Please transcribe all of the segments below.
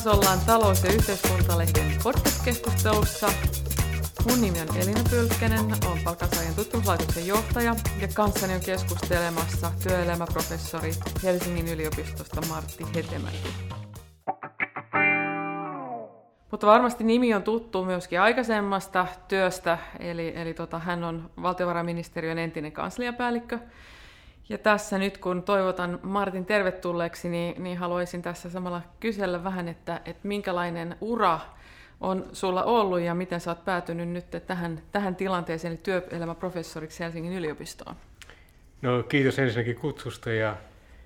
Taas ollaan talous- ja yhteiskuntalehden podcast-keskustelussa. Mun nimi on Elina Pylkkänen, olen Palkansaajan tutkimuslaitoksen johtaja ja kanssani on keskustelemassa työelämäprofessori Helsingin yliopistosta Martti Hetemäki. Mutta varmasti nimi on tuttu myöskin aikaisemmasta työstä, eli hän on valtiovarainministeriön entinen kansliapäällikkö. Ja tässä nyt kun toivotan Martin tervetulleeksi, niin haluaisin tässä samalla kysellä vähän, että minkälainen ura on sulla ollut ja miten sä oot päätynyt nyt tähän tilanteeseen, eli työelämäprofessoriksi Helsingin yliopistoon? No kiitos ensinnäkin kutsusta ja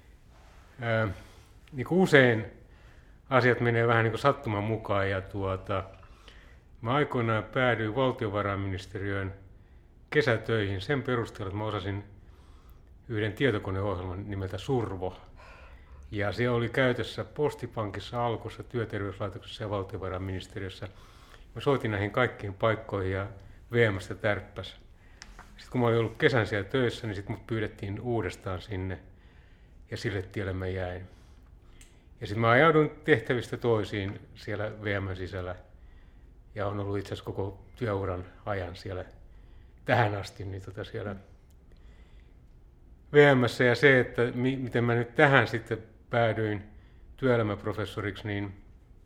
niin kuin usein asiat menee vähän niin kuin sattuman mukaan ja mä aikoinaan päädyin valtiovarainministeriöön kesätöihin sen perusteella, että mä osasin yhden tietokoneohjelman nimeltä Survo. Ja se oli käytössä Postipankissa, Alkossa, Työterveyslaitoksessa ja valtiovarainministeriössä. Mä soitin näihin kaikkiin paikkoihin ja VM:stä tärppäs. Sitten kun mä olin ollut kesän siellä töissä, niin sitten mut pyydettiin uudestaan sinne ja sille tielle mä jäin. Ja sitten mä ajauduin tehtävistä toisiin siellä VM:n sisällä ja on ollut itse asiassa koko työuran ajan siellä tähän asti niin siellä VM:ssä. Ja se, että miten mä nyt tähän sitten päädyin työelämäprofessoriksi, niin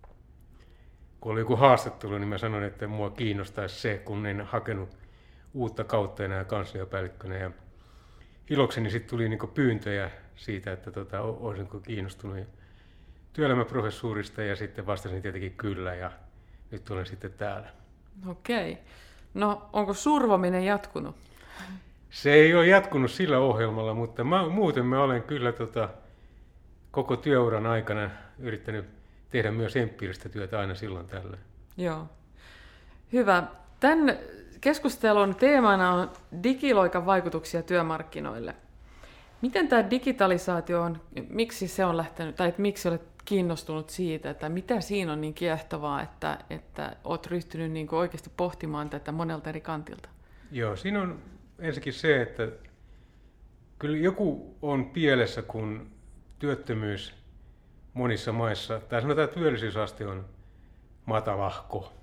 kun oli joku haastattelu, niin mä sanoin, että mua kiinnostaisi se, kun en hakenut uutta kautta enää kansliapäällikkönä. Ja ilokseni sitten tuli niinku pyyntöjä siitä, että olisinko kiinnostunut työelämäprofessuurista, ja sitten vastasin tietenkin kyllä, ja nyt olen sitten täällä. Okei. No onko survominen jatkunut? Se ei ole jatkunut sillä ohjelmalla, mutta muuten mä olen kyllä koko työuran aikana yrittänyt tehdä myös empiiristä työtä aina silloin tällä. Joo. Hyvä. Tämän keskustelun teemana on digiloikan vaikutuksia työmarkkinoille. Miten tämä digitalisaatio on, miksi se on lähtenyt, tai miksi olet kiinnostunut siitä, että mitä siinä on niin kiehtovaa, että olet ryhtynyt niin kuin oikeasti pohtimaan tätä monelta eri kantilta? Joo, siinä on ensinnäkin se, että kyllä joku on pielessä, kun työttömyys monissa maissa, tai sanotaan, että työllisyysaste on matalahko.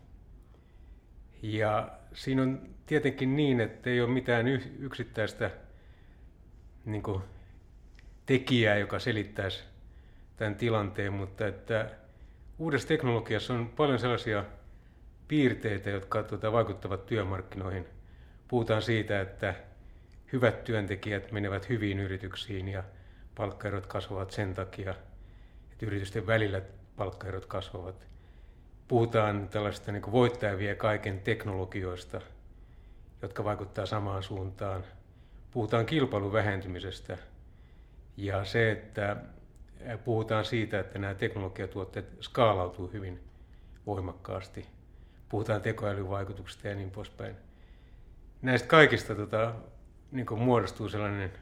Ja siinä on tietenkin niin, että ei ole mitään yksittäistä niin kuin tekijää, joka selittäisi tämän tilanteen, mutta että uudessa teknologiassa on paljon sellaisia piirteitä, jotka vaikuttavat työmarkkinoihin. Puhutaan siitä, että hyvät työntekijät menevät hyviin yrityksiin ja palkkaerot kasvavat sen takia, että yritysten välillä palkkaerot kasvavat. Puhutaan tällaista niin kuin voittaja vie kaiken teknologioista, jotka vaikuttaa samaan suuntaan. Puhutaan kilpailun vähentymisestä ja se, että puhutaan siitä, että nämä teknologiatuotteet skaalautuu hyvin voimakkaasti. Puhutaan tekoälyvaikutuksista ja niin poispäin. Näistä kaikista niin kuin muodostuu sellainen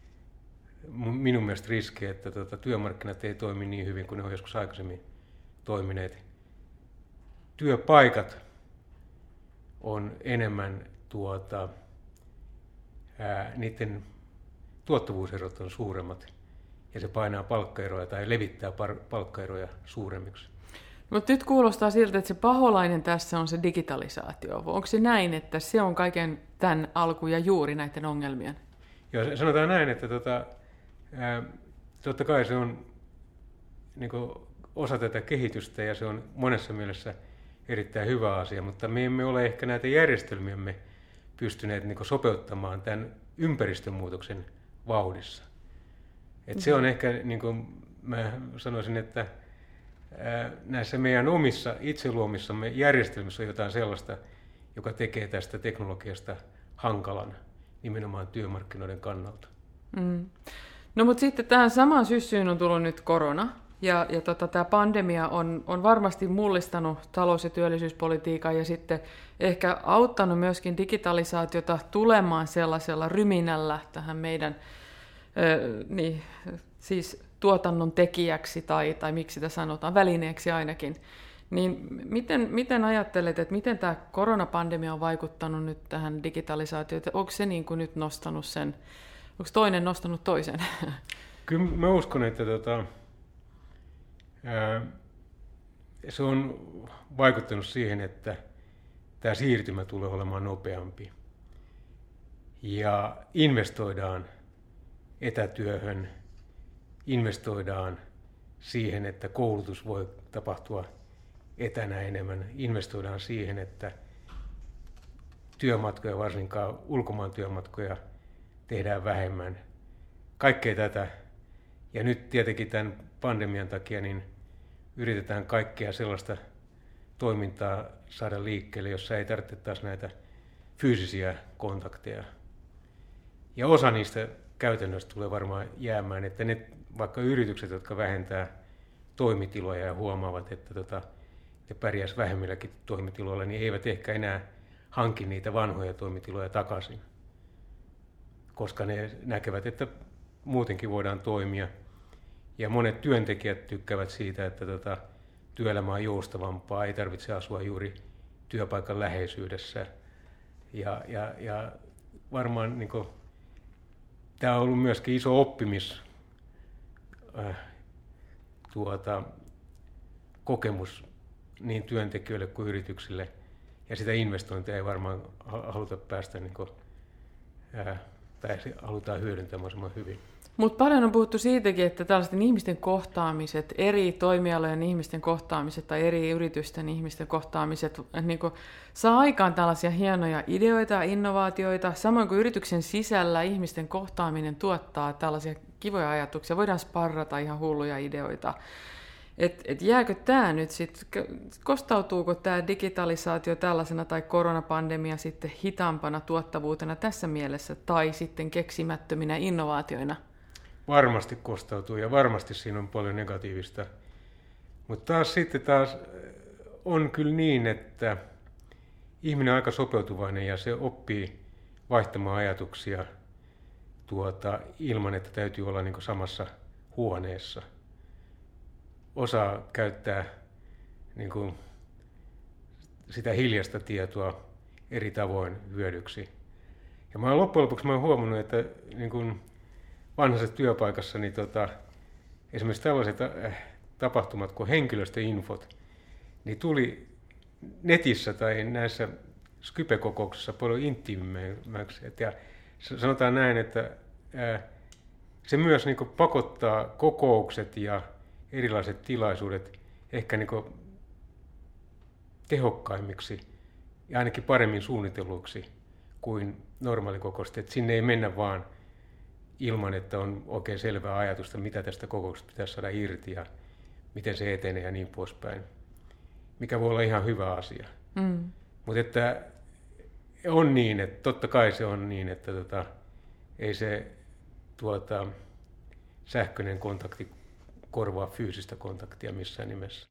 minun mielestä riski, että työmarkkinat ei toimi niin hyvin kuin ne on joskus aikaisemmin toimineet. Työpaikat on enemmän niiden tuottavuuserot on suuremmat ja se painaa palkkaeroja tai levittää palkkaeroja suuremmiksi. Mutta nyt kuulostaa siltä, että se paholainen tässä on se digitalisaatio. Onko se näin, että se on kaiken tämän alku ja juuri näiden ongelmien? Joo, sanotaan näin, että totta kai se on niin kuin osa tätä kehitystä ja se on monessa mielessä erittäin hyvä asia, mutta me emme ole ehkä näitä järjestelmiämme pystyneet niin kuin sopeuttamaan tämän ympäristönmuutoksen vauhdissa. Se on ehkä, niin kuin mä sanoisin, että näissä meidän omissa itse luomissamme järjestelmissä on jotain sellaista, joka tekee tästä teknologiasta hankalan nimenomaan työmarkkinoiden kannalta. Mm. No mutta sitten tähän samaan syssyyn on tullut nyt korona ja tämä pandemia on varmasti mullistanut talous- ja työllisyyspolitiikan ja sitten ehkä auttanut myöskin digitalisaatiota tulemaan sellaisella ryminällä tähän meidän siis tuotannon tekijäksi tai miksi sitä sanotaan, välineeksi ainakin. Niin miten ajattelet, että miten tämä koronapandemia on vaikuttanut nyt tähän digitalisaatioon? Onko se niin kuin nyt nostanut sen, onko toinen nostanut toisen? Kyllä mä uskon, että se on vaikuttanut siihen, että tämä siirtymä tulee olemaan nopeampi. Ja investoidaan etätyöhön, investoidaan siihen, että koulutus voi tapahtua etänä enemmän, investoidaan siihen, että työmatkoja, varsinkaan ulkomaan työmatkoja, tehdään vähemmän. Kaikkea tätä. Ja nyt tietenkin tämän pandemian takia niin yritetään kaikkea sellaista toimintaa saada liikkeelle, jossa ei tarvitse taas näitä fyysisiä kontakteja. Ja osa niistä käytännössä tulee varmaan jäämään, että ne vaikka yritykset, jotka vähentää toimitiloja ja huomaavat, että ne pärjäs vähemmilläkin toimitiloilla, niin eivät ehkä enää hanki niitä vanhoja toimitiloja takaisin, koska ne näkevät, että muutenkin voidaan toimia. Ja monet työntekijät tykkäävät siitä, että työelämä on joustavampaa, ei tarvitse asua juuri työpaikan läheisyydessä. Ja varmaan niin kuin, tämä on ollut myöskin iso kokemus niin työntekijöille kuin yrityksille. Ja sitä investointia ei varmaan haluta päästä, niin kuin, tai halutaan hyödyntää mahdollisimman hyvin. Mutta paljon on puhuttu siitäkin, että tällaisten ihmisten kohtaamiset, eri toimialojen ihmisten kohtaamiset tai eri yritysten ihmisten kohtaamiset niin saa aikaan tällaisia hienoja ideoita ja innovaatioita, samoin kuin yrityksen sisällä ihmisten kohtaaminen tuottaa tällaisia kivoja ajatuksia. Voidaan sparrata ihan hulluja ideoita. Et jääkö tämä nyt sitten, kostautuuko tämä digitalisaatio tällaisena tai koronapandemia sitten hitaampana tuottavuutena tässä mielessä tai sitten keksimättöminä innovaatioina? Varmasti kostautuu ja varmasti siinä on paljon negatiivista. Mutta taas on kyllä niin, että ihminen on aika sopeutuvainen ja se oppii vaihtamaan ajatuksia ilman, että täytyy olla niin kuin samassa huoneessa. Osaa käyttää niin kuin sitä hiljaista tietoa eri tavoin hyödyksi. Ja loppujen lopuksi mä oon huomannut, että niin kuin vanhaisessa työpaikassa niin esimerkiksi tällaiset tapahtumat kuin henkilöstöinfot, niin tuli netissä tai näissä Skype-kokouksissa paljon intiimimmäksi. Ja sanotaan näin, että se myös niin kuin pakottaa kokoukset ja erilaiset tilaisuudet ehkä niin kuin tehokkaimmiksi ja ainakin paremmin suunnitelluiksi kuin normaalikokousta. Että sinne ei mennä vaan ilman, että on oikein selvää ajatusta, mitä tästä kokouksesta pitäisi saada irti ja miten se etenee ja niin poispäin. Mikä voi olla ihan hyvä asia. Mutta että on niin, että totta kai se on niin, että ei se sähköinen kontakti korvaa fyysistä kontaktia missään nimessä.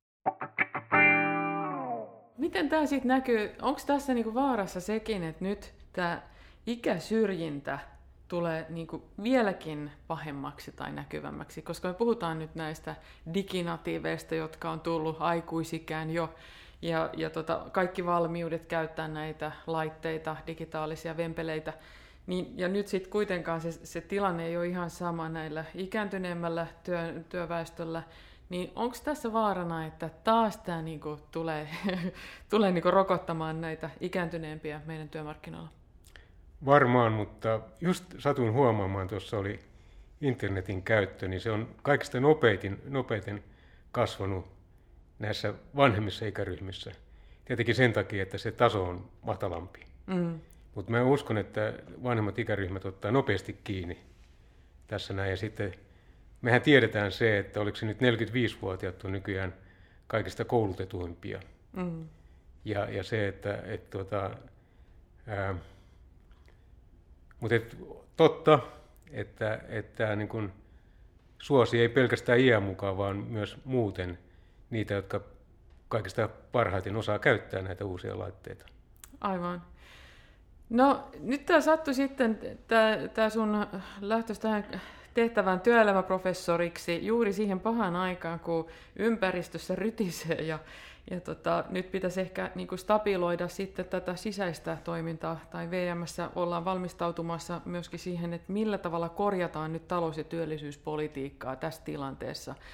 Miten tämä sitten näkyy? Onko tässä niinku vaarassa sekin, että nyt tämä ikäsyrjintä tulee niinku vieläkin pahemmaksi tai näkyvämmäksi? Koska me puhutaan nyt näistä diginatiiveista, jotka on tullut aikuisikään jo, ja kaikki valmiudet käyttää näitä laitteita, digitaalisia vempeleitä. Ja nyt sitten kuitenkaan se tilanne ei ole ihan sama näillä ikääntyneemmällä työväestöllä. Niin onko tässä vaarana, että taas tämä niinku tulee niinku rokottamaan näitä ikääntyneempiä meidän työmarkkinoilla? Varmaan, mutta just satun huomaamaan, tuossa oli internetin käyttö, niin se on kaikista nopeiten kasvanut näissä vanhemmissa ikäryhmissä. Tietenkin sen takia, että se taso on matalampi. Mutta mä uskon, että vanhemmat ikäryhmät ottaa nopeasti kiinni tässä näin. Ja sitten mehän tiedetään se, että oliko se nyt 45-vuotiaat on nykyään kaikista koulutetuimpia. Ja se, mutta totta, että niin kun suosi ei pelkästään iän mukaan, vaan myös muuten niitä, jotka kaikista parhaiten osaa käyttää näitä uusia laitteita. Aivan. No nyt tämä sattui sitten, tämä sun lähtös tähän tehtävään työelämäprofessoriksi juuri siihen pahaan aikaan, kun ympäristössä rytisee ja nyt pitäisi ehkä niin kuin stabiloida sitten tätä sisäistä toimintaa, tai VM:ssä ollaan valmistautumassa myöskin siihen, että millä tavalla korjataan nyt talous- ja työllisyyspolitiikkaa tässä tilanteessa,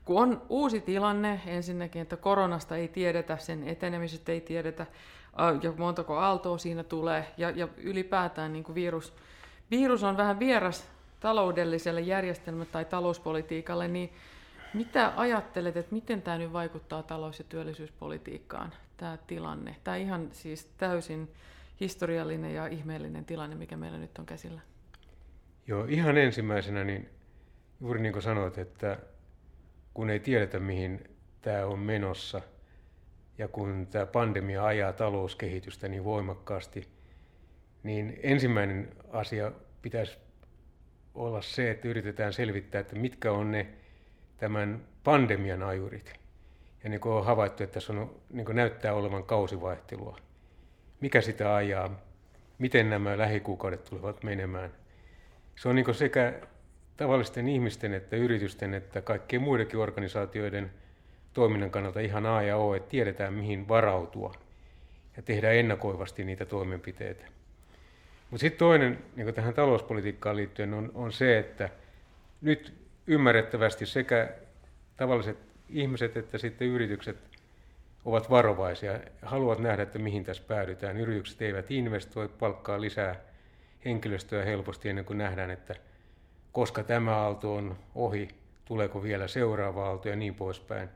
kun on uusi tilanne ensinnäkin, että koronasta ei tiedetä, sen etenemisestä ei tiedetä, ja montako aaltoa siinä tulee, ja ylipäätään niin kuin virus on vähän vieras taloudelliselle järjestelmälle tai talouspolitiikalle, niin mitä ajattelet, että miten tämä nyt vaikuttaa talous- ja työllisyyspolitiikkaan, tämä tilanne? Tämä ihan siis täysin historiallinen ja ihmeellinen tilanne, mikä meillä nyt on käsillä. Joo, ihan ensimmäisenä, niin juuri niin kuin sanoit, että kun ei tiedetä, mihin tämä on menossa, ja kun tämä pandemia ajaa talouskehitystä niin voimakkaasti, niin ensimmäinen asia pitäisi olla se, että yritetään selvittää, että mitkä on ne tämän pandemian ajurit. Ja niin kuin on havaittu, että tässä on, niin kuin näyttää olevan kausivaihtelua. Mikä sitä ajaa? Miten nämä lähikuukaudet tulevat menemään? Se on niin kuin sekä tavallisten ihmisten että yritysten että kaikkien muidenkin organisaatioiden toiminnan kannalta ihan A ja O, että tiedetään mihin varautua ja tehdään ennakoivasti niitä toimenpiteitä. Mutta sitten toinen niin tähän talouspolitiikkaan liittyen on se, että nyt ymmärrettävästi sekä tavalliset ihmiset että sitten yritykset ovat varovaisia, haluavat nähdä, että mihin tässä päädytään. Yritykset eivät investoi, palkkaa lisää henkilöstöä helposti ennen kuin nähdään, että koska tämä aalto on ohi, tuleeko vielä seuraava aalto ja niin poispäin.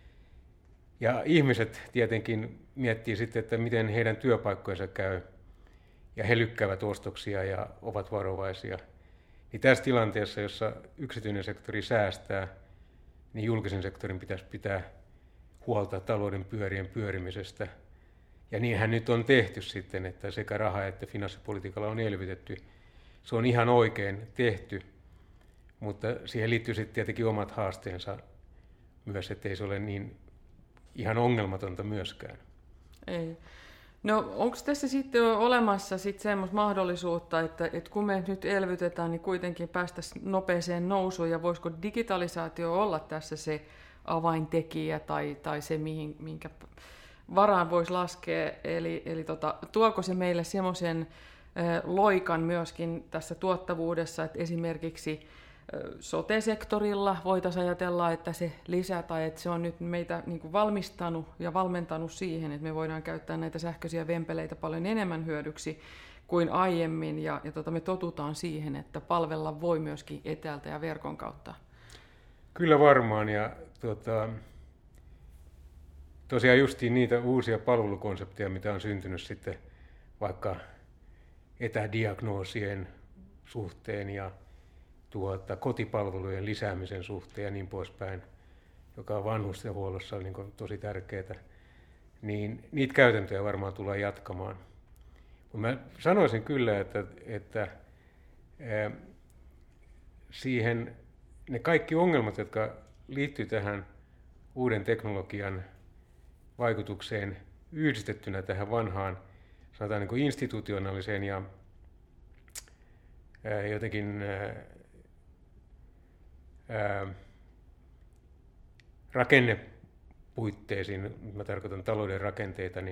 Ja ihmiset tietenkin miettii sitten, että miten heidän työpaikkojensa käy, ja he lykkäävät ostoksia ja ovat varovaisia. Niin tässä tilanteessa, jossa yksityinen sektori säästää, niin julkisen sektorin pitäisi pitää huolta talouden pyörien pyörimisestä. Ja niinhän nyt on tehty sitten, että sekä raha- että finanssipolitiikalla on elvytetty. Se on ihan oikein tehty, mutta siihen liittyy sitten tietenkin omat haasteensa myös, ettei se ole niin ihan ongelmatonta myöskään. Ei. No onko tässä sitten olemassa sitten semmoista mahdollisuutta, että kun me nyt elvytetään, niin kuitenkin päästäisiin nopeeseen nousuun, ja voisiko digitalisaatio olla tässä se avaintekijä tai se, minkä varaan voisi laskea, eli tuoko se meille semmoisen loikan myöskin tässä tuottavuudessa, että esimerkiksi sote-sektorilla voitaisiin ajatella, että se lisää tai että se on nyt meitä niin kuin valmistanut ja valmentanut siihen, että me voidaan käyttää näitä sähköisiä vempeleitä paljon enemmän hyödyksi kuin aiemmin, ja me totutaan siihen, että palvella voi myöskin etäältä ja verkon kautta. Kyllä varmaan, ja tosiaan justiin niitä uusia palvelukonsepteja, mitä on syntynyt sitten vaikka etädiagnoosien suhteen ja kotipalvelujen lisäämisen suhteen ja niin poispäin, joka on vanhustenhuollossa niin kuin tosi tärkeää, niin niitä käytäntöjä varmaan tulee jatkamaan. Mutta mä sanoisin kyllä, että siihen ne kaikki ongelmat, jotka liittyy tähän uuden teknologian vaikutukseen yhdistettynä tähän vanhaan, sanotaan niin kuin institutionaaliseen ja jotenkin rakennepuitteisiin, mä tarkoitan talouden rakenteita,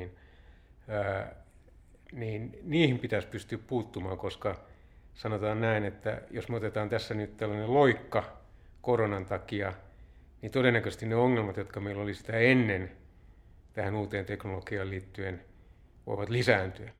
niin niihin pitäisi pystyä puuttumaan, koska sanotaan näin, että jos me otetaan tässä nyt tällainen loikka koronan takia, niin todennäköisesti ne ongelmat, jotka meillä oli sitä ennen tähän uuteen teknologiaan liittyen, voivat lisääntyä.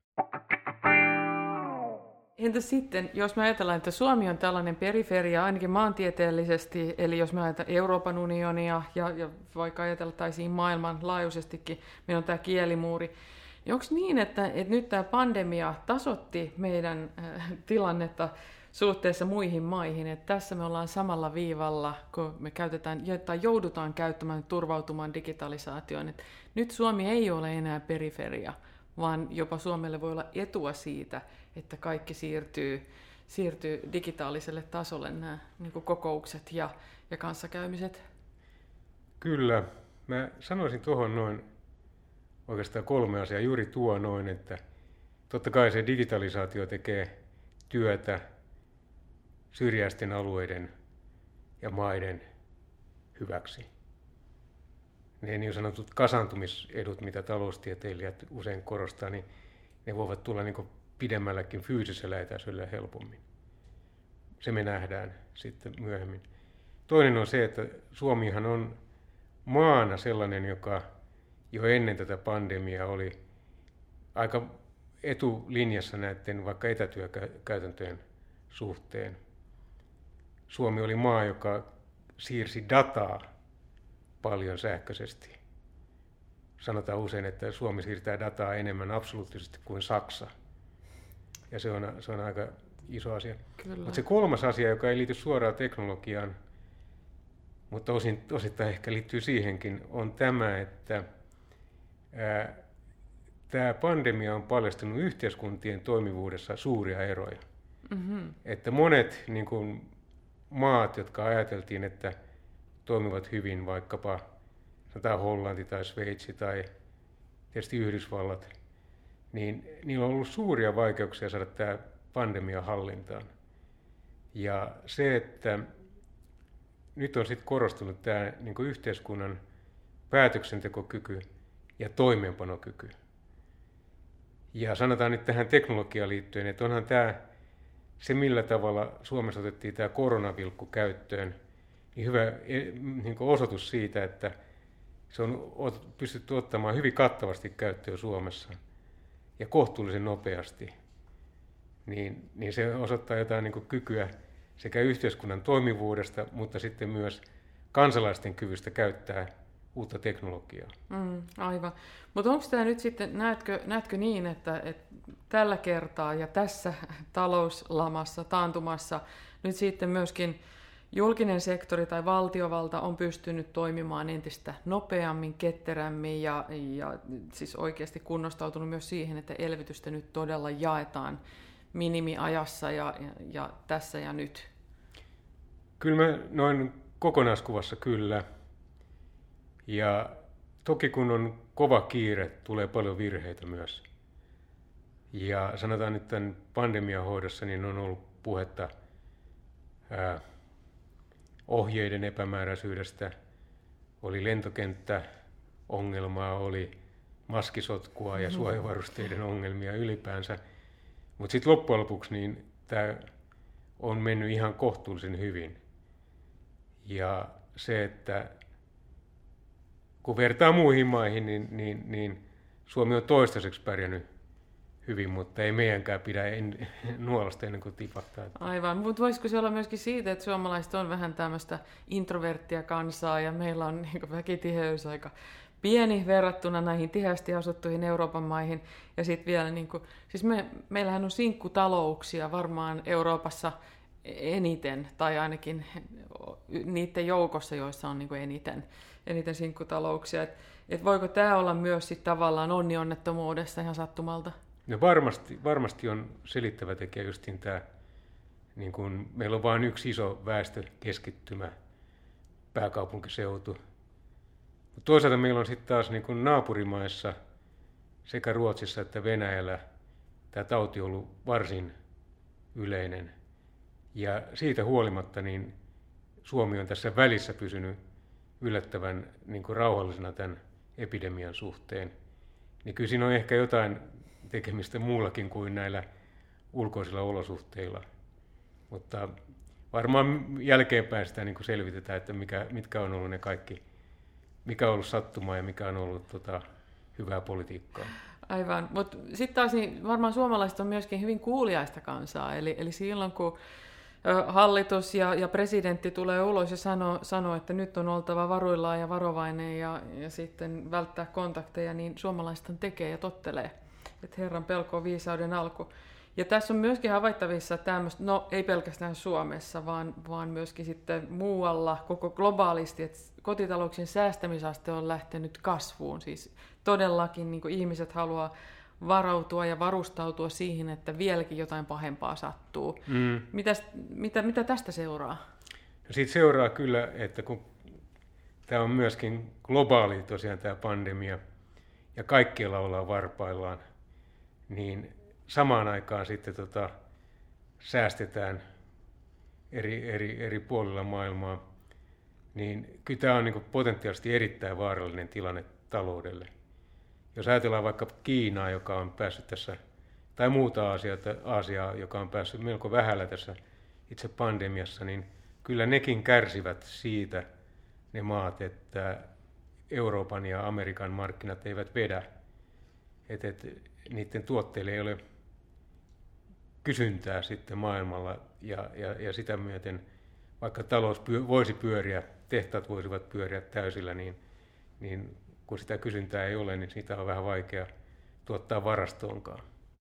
Entä sitten, jos me ajatellaan, että Suomi on tällainen periferia ainakin maantieteellisesti, eli jos me ajatellaan Euroopan unionia ja vaikka ajateltaisiin maailmanlaajuisestikin, meillä on tämä kielimuuri, niin onko niin, että nyt tämä pandemia tasoitti meidän tilannetta suhteessa muihin maihin, että tässä me ollaan samalla viivalla, kun me käytetään tai joudutaan käyttämään turvautumaan digitalisaatioon, että nyt Suomi ei ole enää periferia, vaan jopa Suomelle voi olla etua siitä, että kaikki siirtyy digitaaliselle tasolle, nämä niin kuin kokoukset ja kanssakäymiset. Kyllä. Mä sanoisin tuohon noin oikeastaan 3 asiaa. Juuri tuo noin, että totta kai se digitalisaatio tekee työtä syrjäisten alueiden ja maiden hyväksi. Ne niin sanotut kasaantumisedut, mitä taloustieteilijät usein korostaa, niin ne voivat tulla niin kuin pidemmälläkin fyysisellä etäisyydellä helpommin. Se me nähdään sitten myöhemmin. toinen on se, että Suomihan on maana sellainen, joka jo ennen tätä pandemiaa oli aika etulinjassa näiden vaikka etätyökäytäntöjen suhteen. Suomi oli maa, joka siirsi dataa paljon sähköisesti. Sanotaan usein, että Suomi siirtää dataa enemmän absoluuttisesti kuin Saksa. Ja se on aika iso asia. Mutta se kolmas asia, joka ei liity suoraan teknologiaan, mutta osittain ehkä liittyy siihenkin, on tämä, että tämä pandemia on paljastanut yhteiskuntien toimivuudessa suuria eroja. Mm-hmm. Että monet niin kuin, maat, jotka ajateltiin, että toimivat hyvin, vaikkapa sanotaan Hollanti tai Sveitsi tai tietysti Yhdysvallat, niin niillä on ollut suuria vaikeuksia saada tämä pandemia hallintaan. Ja se, että nyt on sitten korostunut tämä niin kuin yhteiskunnan päätöksentekokyky ja toimeenpanokyky. Ja sanotaan nyt tähän teknologiaan liittyen, että onhan tämä se, millä tavalla Suomessa otettiin tämä koronavilkku käyttöön, niin hyvä niin kuin osoitus siitä, että se on pystytty ottamaan hyvin kattavasti käyttöön Suomessa ja kohtuullisen nopeasti. Niin se osoittaa jotain niin kuin kykyä sekä yhteiskunnan toimivuudesta, mutta sitten myös kansalaisten kyvystä käyttää uutta teknologiaa. Aivan. Mutta onko tämä nyt sitten, näetkö niin, että tällä kertaa ja tässä talouslamassa, taantumassa nyt sitten myöskin julkinen sektori tai valtiovalta on pystynyt toimimaan entistä nopeammin, ketterämmin ja siis oikeasti kunnostautunut myös siihen, että elvytystä nyt todella jaetaan minimiajassa ja tässä ja nyt? Kyllä noin kokonaiskuvassa kyllä. Ja toki kun on kova kiire, tulee paljon virheitä myös. Ja sanotaan nyt tämän pandemian hoidossa, niin on ollut puhetta ohjeiden epämääräisyydestä, oli lentokenttäongelmaa, oli maskisotkua ja suojavarusteiden ongelmia ylipäänsä. Mutta sitten loppujen lopuksi niin tämä on mennyt ihan kohtuullisen hyvin. Ja se, että kun vertaa muihin maihin, niin Suomi on toistaiseksi pärjännyt hyvin, mutta ei meidänkään pidä nuolasta ennen kuin tipahtaa. Aivan, mutta voisiko se olla myöskin siitä, että suomalaiset on vähän tämmöistä introverttia kansaa ja meillä on niin väkitiheys aika pieni verrattuna näihin tiheästi asuttuihin Euroopan maihin. Ja sitten vielä, niin kuin, siis meillähän on sinkkutalouksia varmaan Euroopassa eniten, tai ainakin niiden joukossa, joissa on niin kuin eniten sinkkutalouksia. Et voiko tämä olla myös sit tavallaan onnettomuudessa ihan sattumalta? No varmasti on selittävä tekijä justiin tämä, niin kun meillä on vain yksi iso väestökeskittymä, pääkaupunkiseutu. Mutta toisaalta meillä on sitten taas niin kun naapurimaissa sekä Ruotsissa että Venäjällä tämä tauti on ollut varsin yleinen. Ja siitä huolimatta niin Suomi on tässä välissä pysynyt yllättävän niin kuin rauhallisena tämän epidemian suhteen. Niin kyllä siinä on ehkä jotain tekemistä muullakin kuin näillä ulkoisilla olosuhteilla. Mutta varmaan jälkeenpäin sitä niin kuin selvitetään, että mitkä on ollut ne kaikki, mikä on ollut sattumaa ja mikä on ollut hyvää politiikkaa. Aivan, mutta sitten taas niin varmaan suomalaiset on myöskin hyvin kuuliaista kansaa, eli silloin kun hallitus ja presidentti tulee ulos ja sanoo, että nyt on oltava varuillaan ja varovainen ja sitten välttää kontakteja, niin suomalaisethan tekee ja tottelee. Että Herran pelko on viisauden alku. Ja tässä on myöskin havaittavissa tämmöistä, no ei pelkästään Suomessa, vaan myöskin sitten muualla koko globaalisti, että kotitalouksien säästämisaste on lähtenyt kasvuun. Siis todellakin niin kuin ihmiset haluaa varautua ja varustautua siihen, että vieläkin jotain pahempaa sattuu. Mitä tästä seuraa? No siitä seuraa kyllä, että kun tämä on myöskin globaali tosiaan tämä pandemia ja kaikkialla ollaan varpaillaan, niin samaan aikaan sitten säästetään eri puolilla maailmaa, niin kyllä tämä on niin kuin potentiaalisesti erittäin vaarallinen tilanne taloudelle. Jos ajatellaan vaikka Kiinaa, joka on päässyt tässä, tai muuta Aasiaa, joka on päässyt melko vähällä tässä itse pandemiassa, niin kyllä nekin kärsivät siitä, ne maat, että Euroopan ja Amerikan markkinat eivät vedä. Että niiden tuotteille ei ole kysyntää sitten maailmalla ja sitä myöten, vaikka talous voisi pyöriä, tehtaat voisivat pyöriä täysillä, niin kun sitä kysyntää ei ole, niin sitä on vähän vaikea tuottaa varastoonkaan.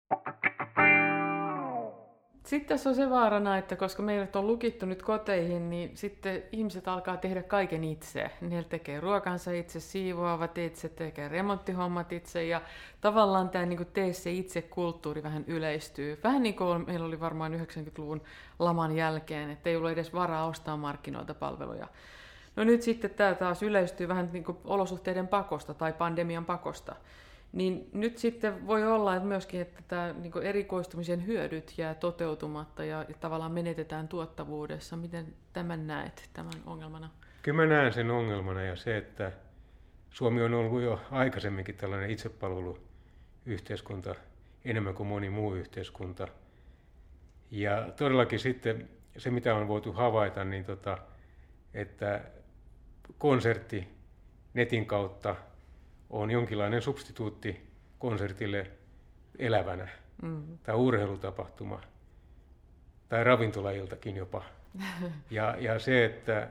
Sitten tässä on se vaarana, että koska meidät on lukittu nyt koteihin, niin sitten ihmiset alkaa tehdä kaiken itse. Ne tekee ruokansa itse, siivoavat itse, tekee remonttihommat itse ja tavallaan tämä niin kuin tee se itse kulttuuri vähän yleistyy. Vähän niin kuin meillä oli varmaan 90-luvun laman jälkeen, että ei ollut edes varaa ostaa markkinoilta palveluja. No nyt sitten tämä taas yleistyy vähän niin kuin olosuhteiden pakosta tai pandemian pakosta. Niin nyt sitten voi olla että myöskin, että tämä niin kuin erikoistumisen hyödyt jää toteutumatta ja tavallaan menetetään tuottavuudessa. Miten tämän näet tämän ongelmana? Kyllä mä näen sen ongelmana ja se, että Suomi on ollut jo aikaisemminkin tällainen itsepalveluyhteiskunta enemmän kuin moni muu yhteiskunta. Ja todellakin sitten se, mitä on voitu havaita, niin että konsertti netin kautta on jonkinlainen substituutti konsertille elävänä, tai urheilutapahtuma, tai ravintolailtakin jopa. Ja se, että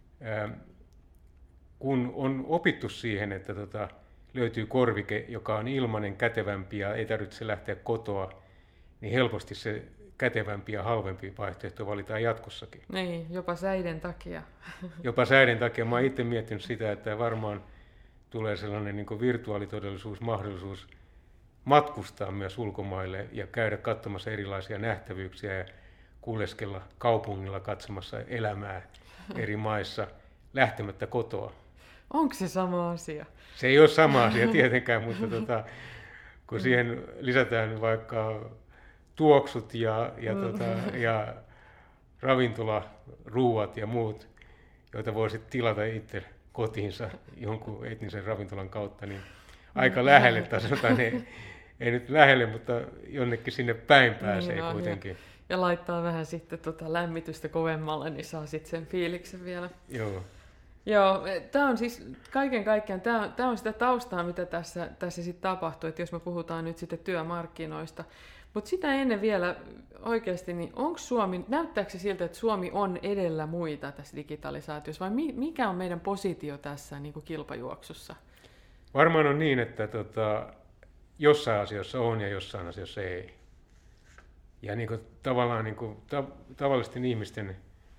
kun on opittu siihen, että löytyy korvike, joka on ilmainen, kätevämpi ja ei tarvitse lähteä kotoa, niin helposti se kätevämpi ja halvempi vaihtoehto valitaan jatkossakin. Niin, jopa säiden takia. Jopa säiden takia. Mä oon itse miettinyt sitä, että varmaan tulee sellainen niin kuin virtuaalitodellisuus, mahdollisuus matkustaa myös ulkomaille ja käydä katsomassa erilaisia nähtävyyksiä ja kuuleskella kaupungilla katsomassa elämää eri maissa lähtemättä kotoa. Onko se sama asia? Se ei ole sama asia tietenkään, mutta kun siihen lisätään vaikka tuoksut ja ravintolaruuat ja muut, joita voisit tilata itse kotiinsa jonkun etnisen ravintolan kautta, niin aika lähelle, tai sanotaan, ei nyt lähelle, mutta jonnekin sinne päin pääsee niin kuitenkin. Ja laittaa vähän sitten lämmitystä kovemmalle, niin saa sitten sen fiiliksen vielä. Joo, tämä on siis kaiken kaikkiaan, tämä on sitä taustaa, mitä tässä sitten tapahtuu, että jos me puhutaan nyt sitten työmarkkinoista. Mutta sitä ennen vielä oikeasti, niin onko Suomi, näyttääkö se siltä, että Suomi on edellä muita tässä digitalisaatiossa, vai mikä on meidän positio tässä niin kuin kilpajuoksussa? Varmaan on niin, että jossain asioissa on ja jossain asioissa ei. Ja niin kuin, tavallaan niin kuin, tavallisten ihmisten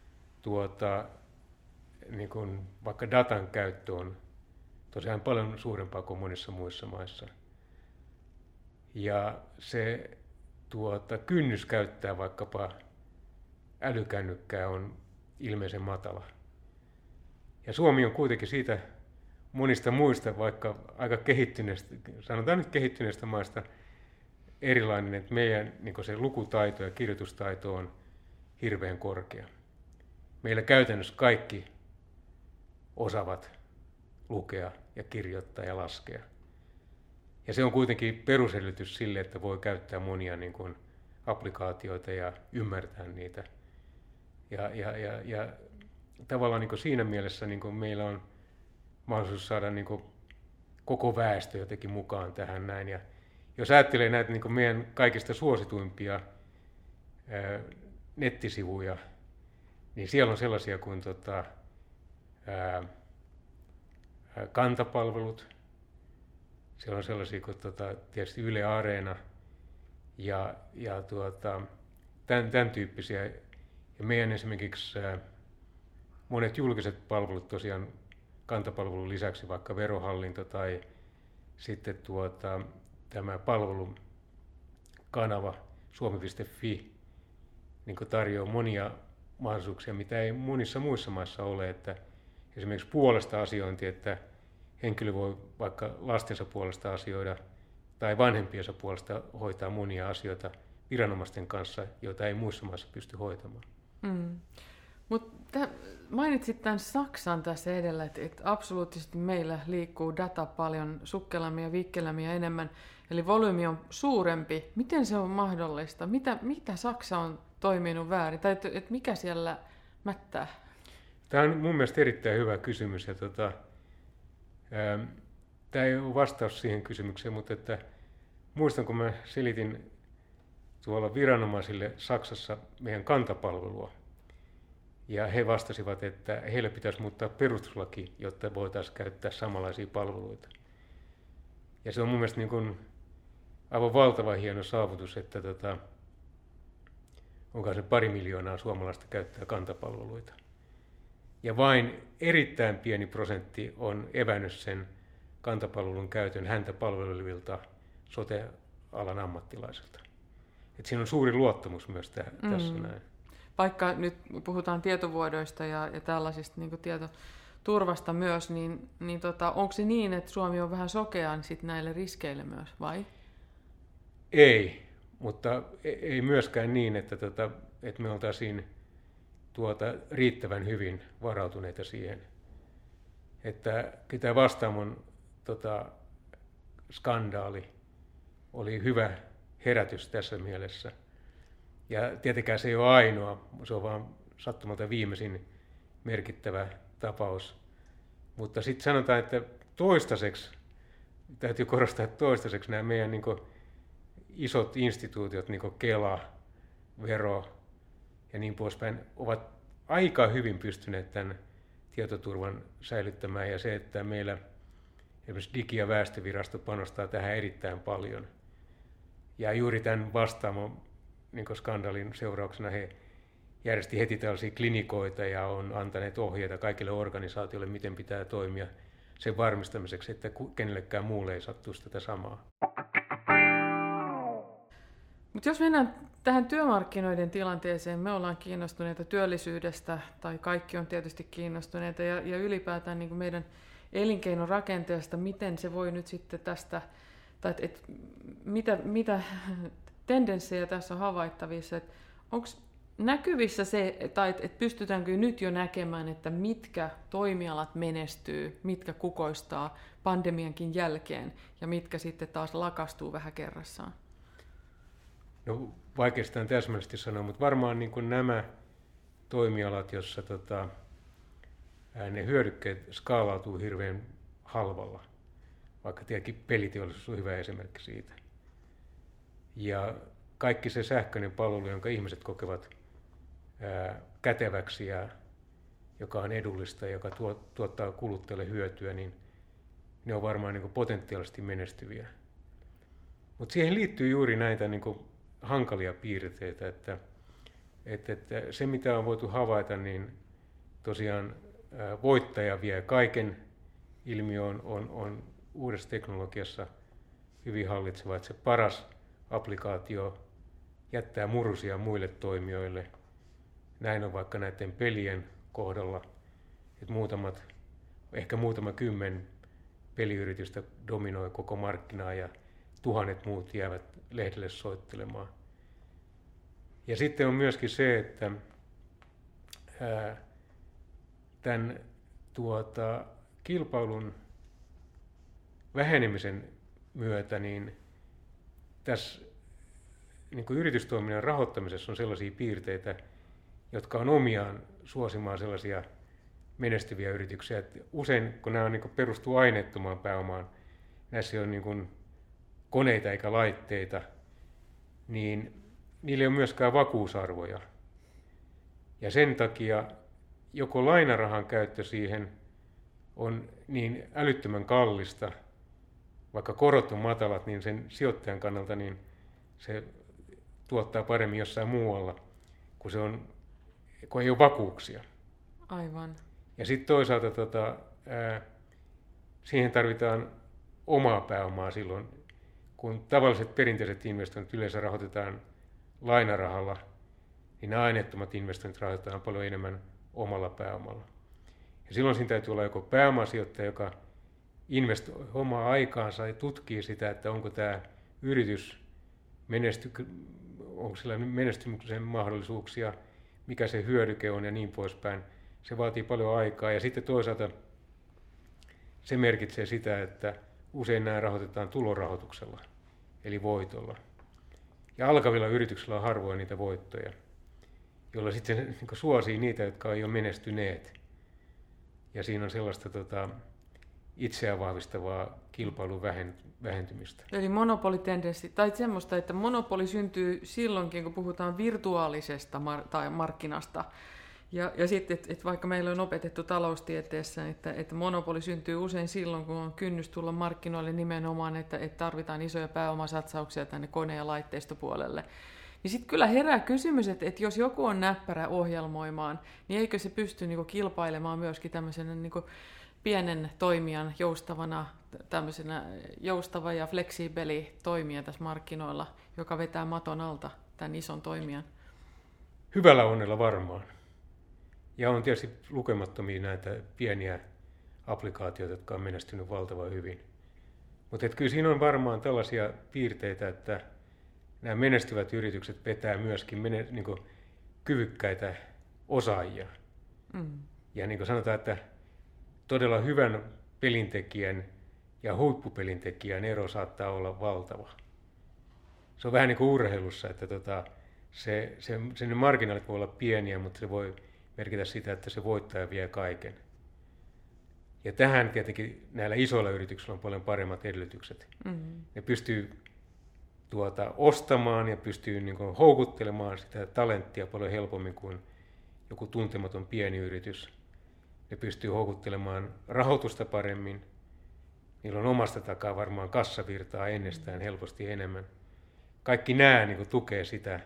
niin kuin, vaikka datan käyttö on tosiaan paljon suurempaa kuin monissa muissa maissa. Ja se kynnys käyttää vaikkapa älykännykkää on ilmeisen matala. Ja Suomi on kuitenkin siitä monista muista, vaikka aika kehittyneistä, sanotaan nyt kehittyneistä maista, erilainen, että meidän niin se lukutaito ja kirjoitustaito on hirveän korkea. Meillä käytännössä kaikki osaavat lukea ja kirjoittaa ja laskea. Ja se on kuitenkin perusedellytys sille, että voi käyttää monia niin kuin applikaatioita ja ymmärtää niitä. Ja tavallaan niin kuin siinä mielessä niin kuin meillä on mahdollisuus saada niin kuin koko väestö jotenkin mukaan tähän näin. Ja jos ajattelee näitä niin kuin meidän kaikista suosituimpia nettisivuja, niin siellä on sellaisia kuin kantapalvelut, siellä on sellaisia kuin tietysti Yle Areena ja tämän tyyppisiä. Ja meidän esimerkiksi monet julkiset palvelut tosiaan kantapalvelun lisäksi, vaikka verohallinto tai sitten tämä palvelukanava suomi.fi niin tarjoaa monia mahdollisuuksia, mitä ei monissa muissa maissa ole. Että esimerkiksi puolesta asiointi, että henkilö voi vaikka lastensa puolesta asioida tai vanhempiensa puolesta hoitaa monia asioita viranomaisten kanssa, joita ei muissa maissa pysty hoitamaan. Mutta mainitsit tämän Saksan tässä edellä, että absoluuttisesti meillä liikkuu data paljon sukkelammin ja vikkelämmin ja enemmän, eli volyymi on suurempi. Miten se on mahdollista? Mitä Saksa on toiminut väärin? Tai että mikä siellä mättää? Tämä on mun mielestä erittäin hyvä kysymys. Ja tämä ei ole vastaus siihen kysymykseen, mutta että muistan, kun mä selitin tuolla viranomaisille Saksassa meidän kantapalvelua. Ja he vastasivat, että heille pitäisi muuttaa perustuslaki, jotta voitaisiin käyttää samanlaisia palveluita. Ja se on mun mielestä niin kuin aivan valtava hieno saavutus, että onkaan se 2 miljoonaa suomalaista käyttää kantapalveluita. Ja vain erittäin pieni prosentti on evännyt sen kantapalvelun käytön häntä palvelevilta sote-alan ammattilaisilta. Et siinä on suuri luottamus myös tässä näin. Vaikka nyt puhutaan tietovuodoista ja tällaisista niin kuin tietoturvasta myös, niin onko se niin, että Suomi on vähän sokea sit näille riskeille myös, vai? Ei, mutta ei myöskään niin, että me oltaisiin riittävän hyvin varautuneita siihen. Että tämä Vastaamon skandaali oli hyvä herätys tässä mielessä. Ja tietenkään se ei ole ainoa, se on vaan sattumalta viimeisin merkittävä tapaus. Mutta sitten sanotaan, että toistaiseksi, täytyy korostaa, että toistaiseksi nämä meidän niin kuin isot instituutiot, niin kuin Kela, Vero ja niin poispäin, ovat aika hyvin pystyneet tämän tietoturvan säilyttämään. Ja se, että meillä esimerkiksi Digi- ja väestövirasto panostaa tähän erittäin paljon. Ja juuri tämän Vastaamon skandaalin seurauksena he järjesti heti tällaisia klinikoita ja on antaneet ohjeita kaikille organisaatioille, miten pitää toimia sen varmistamiseksi, että kenellekään muulle ei sattuisi tätä samaa. Mutta jos mennään tähän työmarkkinoiden tilanteeseen, me ollaan kiinnostuneita työllisyydestä, tai kaikki on tietysti kiinnostuneita, ja ylipäätään niin kuin meidän elinkeinon rakenteesta, miten se voi nyt sitten tästä, tai mitä tendenssejä tässä on havaittavissa, että onko näkyvissä se, tai että pystytäänkö nyt jo näkemään, että mitkä toimialat menestyy, mitkä kukoistaa pandemiankin jälkeen, ja mitkä sitten taas lakastuu vähän kerrassaan? No vaikeastaan täsmällisesti sanoa, mutta varmaan niin kuin nämä toimialat, joissa ne hyödykkeet skaalautuu hirveän halvalla, vaikka tietenkin peliteollisuus on hyvä esimerkki siitä. Ja kaikki se sähköinen palvelu, jonka ihmiset kokevat käteväksi ja joka on edullista ja joka tuottaa kuluttajalle hyötyä, niin ne on varmaan niin kuin potentiaalisesti menestyviä. Mutta siihen liittyy juuri näitä niin kuin hankalia piirteitä, että se mitä on voitu havaita, niin tosiaan voittaja vie kaiken. Ilmiö on uudessa teknologiassa hyvin hallitseva, että se paras applikaatio jättää murusia muille toimijoille. Näin on vaikka näiden pelien kohdalla, että ehkä muutama 10 peliyritystä dominoi koko markkinaa ja 1000 muut jäävät lehdelle soittelemaan. Ja sitten on myöskin se, että tämän kilpailun vähenemisen myötä niin tässä niin kuin yritystoiminnan rahoittamisessa on sellaisia piirteitä, jotka on omiaan suosimaan sellaisia menestyviä yrityksiä. Että usein, kun nämä niin kuin perustuu aineettomaan pääomaan, näissä on niin kuin koneita eikä laitteita, niin niillä ei ole myöskään vakuusarvoja. Ja sen takia joko lainarahan käyttö siihen on niin älyttömän kallista, vaikka korot on matalat, niin sen sijoittajan kannalta niin se tuottaa paremmin jossain muualla, kun ei ole vakuuksia. Aivan. Ja sitten toisaalta siihen tarvitaan omaa pääomaa silloin, kun tavalliset perinteiset investoinnit yleensä rahoitetaan lainarahalla, niin nämä aineettomat investoinnit rahoitetaan paljon enemmän omalla pääomalla. Ja silloin siinä täytyy olla joko pääomasijoittaja, joka investoi omaa aikaansa ja tutkii sitä, että onko tämä yritys onko sillä menestymisen mahdollisuuksia, mikä se hyödyke on ja niin poispäin. Se vaatii paljon aikaa ja sitten toisaalta se merkitsee sitä, että usein nämä rahoitetaan tulorahoituksella, eli voitolla. Ja alkavilla yrityksillä on harvoin niitä voittoja. jolla sitten se niin suosii niitä, jotka on jo menestyneet. Ja siinä on sellaista itseään vahvistavaa kilpailun vähentymistä. Eli monopolitendenssi, tai semmoista, että monopoli syntyy silloinkin, kun puhutaan virtuaalisesta markkinasta. Ja sitten, että vaikka meillä on opetettu taloustieteessä, että monopoli syntyy usein silloin, kun on kynnys tulla markkinoille nimenomaan, että tarvitaan isoja pääomasatsauksia tänne kone- ja laitteistopuolelle. Niin sitten kyllä herää kysymys, että jos joku on näppärä ohjelmoimaan, niin eikö se pysty niinku kilpailemaan myöskin tämmöisenä niinku pienen toimijan joustava ja fleksiibeli toimija tässä markkinoilla, joka vetää maton alta tämän ison toimijan? Hyvällä onnella varmaan. Ja on tietysti lukemattomia näitä pieniä applikaatioita, jotka on menestynyt valtavan hyvin. Mutta kyllä siinä on varmaan tällaisia piirteitä, että nämä menestyvät yritykset vetää myöskin kyvykkäitä osaajia. Ja niin kuin sanotaan, että todella hyvän pelintekijän ja huippupelintekijän ero saattaa olla valtava. Se on vähän niin kuin urheilussa, että sen marginaalit voi olla pieniä, mutta se voi merkitä sitä, että se voittaja vie kaiken. Ja tähän tietenkin näillä isoilla yrityksillä on paljon paremmat edellytykset. Ne pystyy ostamaan ja pystyy houkuttelemaan sitä talenttia paljon helpommin kuin joku tuntematon pieni yritys. Ne pystyy houkuttelemaan rahoitusta paremmin. Niillä on omasta takaa varmaan kassavirtaa ennestään helposti enemmän. Kaikki nämä tukee sitä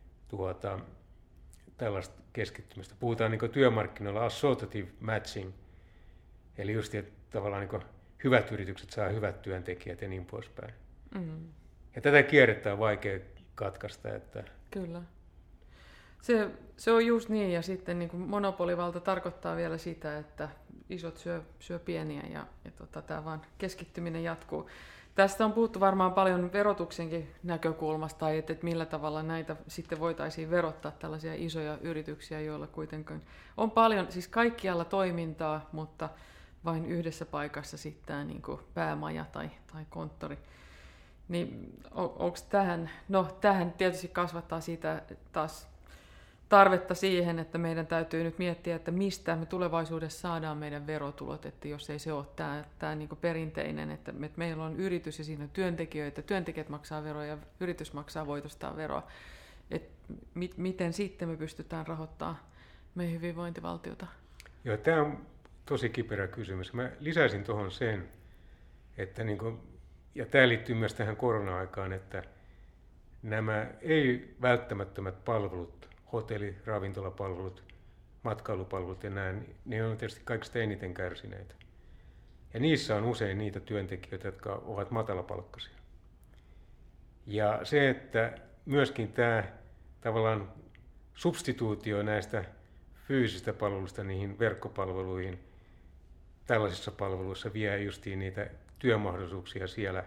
tällaista keskittymistä. Puhutaan työmarkkinoilla associative matching, eli just että tavallaan hyvät yritykset saa hyvät työntekijät ja niin poispäin. Ja tätä kierrettä on vaikea katkaista. Että kyllä. Se on just niin, ja sitten monopolivalta tarkoittaa vielä sitä, että isot syö pieniä, ja tämä vaan keskittyminen jatkuu. Tästä on puhuttu varmaan paljon verotuksenkin näkökulmasta, että millä tavalla näitä sitten voitaisiin verottaa, tällaisia isoja yrityksiä, joilla kuitenkin on paljon, siis kaikkialla toimintaa, mutta vain yhdessä paikassa sitten niin kuin päämaja tai konttori. Niin onko tähän tietysti kasvattaa siitä taas tarvetta siihen, että meidän täytyy nyt miettiä, että mistä me tulevaisuudessa saadaan meidän verotulot, että jos ei se ole tämä niin kuin perinteinen, että meillä on yritys ja siinä on työntekijöitä, työntekijät maksaa veroa ja yritys maksaa voitostaan veroa. Miten sitten me pystytään rahoittamaan meidän hyvinvointivaltiota? Joo, tämä on tosi kiperä kysymys. Mä lisäisin tuohon sen, että ja tämä liittyy myös tähän korona-aikaan, että nämä ei-välttämättömät palvelut, hotelli, ravintolapalvelut, matkailupalvelut ja nämä, ne on tietysti kaikista eniten kärsineitä. Ja niissä on usein niitä työntekijöitä, jotka ovat matalapalkkaisia. Ja se, että myöskin tämä tavallaan substituutio näistä fyysisistä palveluista niihin verkkopalveluihin, tällaisissa palveluissa vie justiin niitä työmahdollisuuksia siellä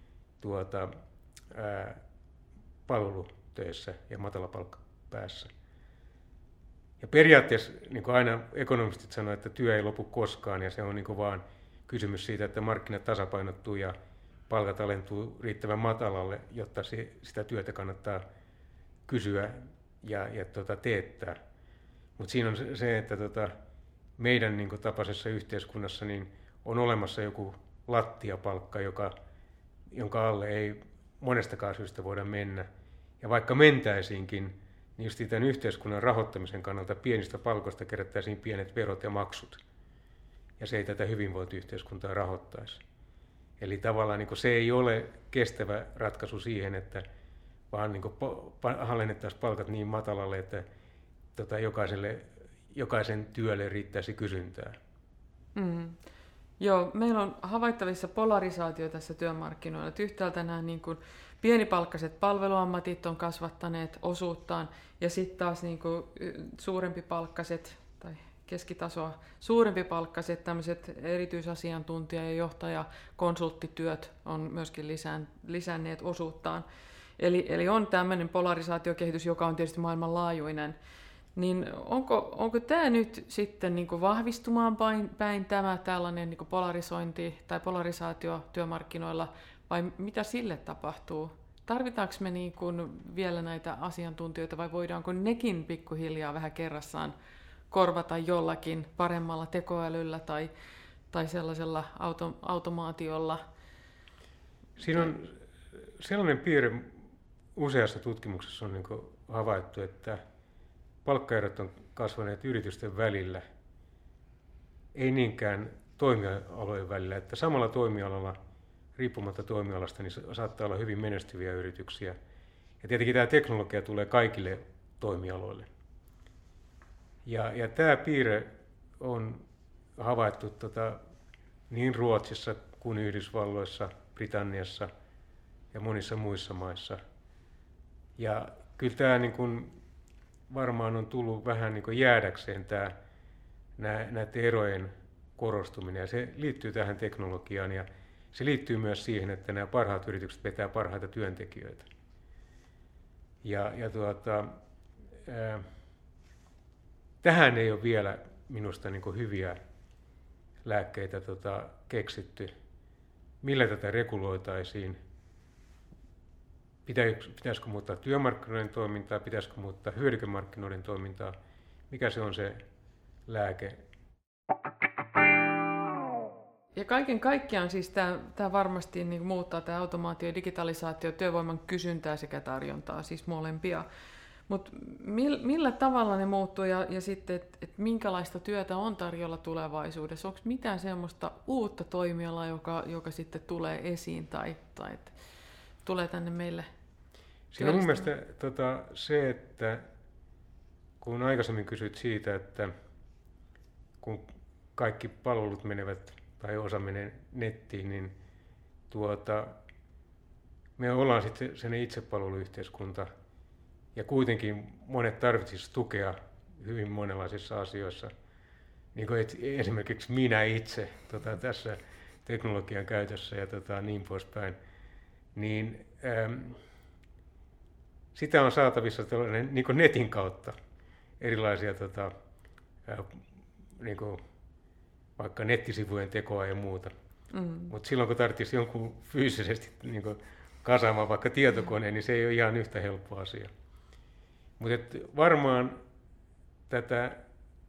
palvelutöissä ja matalapalkkapäässä. Ja periaatteessa niin kuin aina ekonomistit sanoo, että työ ei lopu koskaan ja se on niin vaan kysymys siitä, että markkinat tasapainottuu ja palkat alentuu riittävän matalalle, jotta sitä työtä kannattaa kysyä ja teettää. Mutta siinä on se, että meidän niin kuin tapaisessa yhteiskunnassa niin on olemassa joku lattiapalkka, jonka alle ei monestakaan syystä voida mennä. Ja vaikka mentäisiinkin, niin just tämän yhteiskunnan rahoittamisen kannalta pienistä palkoista kerättäisiin pienet verot ja maksut. Ja se ei tätä hyvinvointiyhteiskuntaa rahoittaisi. Eli tavallaan niin se ei ole kestävä ratkaisu siihen, että vaan niin alennettaisiin palkat niin matalalle, että jokaisen työlle riittäisi kysyntää. Joo, meillä on havaittavissa polarisaatio tässä työmarkkinoilla. Yhtäältä nämä niin kuin pienipalkkaiset palveluammatit on kasvattaneet osuuttaan, ja sitten taas niin kuin suurempipalkkaiset tai keskitasoa suurempipalkkaiset tämmöiset erityisasiantuntija- ja johtajakonsulttityöt on myöskin lisänneet osuuttaan. Eli on tämmöinen polarisaatiokehitys, joka on tietysti maailmanlaajuinen. Niin onko tämä nyt sitten niin kuin vahvistumaan päin tämä tällainen niin kuin polarisointi tai polarisaatio työmarkkinoilla, vai mitä sille tapahtuu? tarvitaanko me niin kuin vielä näitä asiantuntijoita vai voidaanko nekin pikkuhiljaa vähän kerrassaan korvata jollakin paremmalla tekoälyllä tai sellaisella automaatiolla? Siinä on sellainen piirre useassa tutkimuksessa on niin kuin havaittu, että palkkaerot on kasvaneet yritysten välillä, ei niinkään toimialojen välillä, että samalla toimialalla, riippumatta toimialasta, niin saattaa olla hyvin menestyviä yrityksiä. Ja tietenkin tämä teknologia tulee kaikille toimialoille. Ja tämä piirre on havaittu niin Ruotsissa kuin Yhdysvalloissa, Britanniassa ja monissa muissa maissa. Ja kyllä tämä niin kuin varmaan on tullut vähän niin kuin jäädäkseen näiden erojen korostuminen. Ja se liittyy tähän teknologiaan ja se liittyy myös siihen, että nämä parhaat yritykset vetää parhaita työntekijöitä. Tähän ei ole vielä minusta niin kuin hyviä lääkkeitä keksitty. Millä tätä reguloitaisiin? Pitäisikö muuttaa työmarkkinoiden toimintaa? Pitäisikö muuttaa hyödykemarkkinoiden toimintaa? Mikä se on se lääke? Ja kaiken kaikkiaan siis tämä varmasti niin muuttaa tämä automaatio ja digitalisaatio työvoiman kysyntää sekä tarjontaa, siis molempia. Mutta millä tavalla ne muuttuu ja sitten, että minkälaista työtä on tarjolla tulevaisuudessa? Onko mitään semmoista uutta toimialaa, joka sitten tulee esiin tai tulee tänne meille? Siinä on mun mielestä se, että kun aikaisemmin kysyt siitä, että kun kaikki palvelut menevät tai osa menee nettiin, niin me ollaan sitten sen itsepalveluyhteiskunta ja kuitenkin monet tarvitsisivat tukea hyvin monenlaisissa asioissa. Niin kuin esimerkiksi minä itse tässä teknologian käytössä ja niin poispäin. Niin sitä on saatavissa niin kuin netin kautta erilaisia niin kuin vaikka nettisivujen tekoa ja muuta. Mutta silloin kun tarvitsisi jonkun fyysisesti niin kuin kasaamaan vaikka tietokoneen, niin se ei ole ihan yhtä helppo asia. Mutta varmaan tätä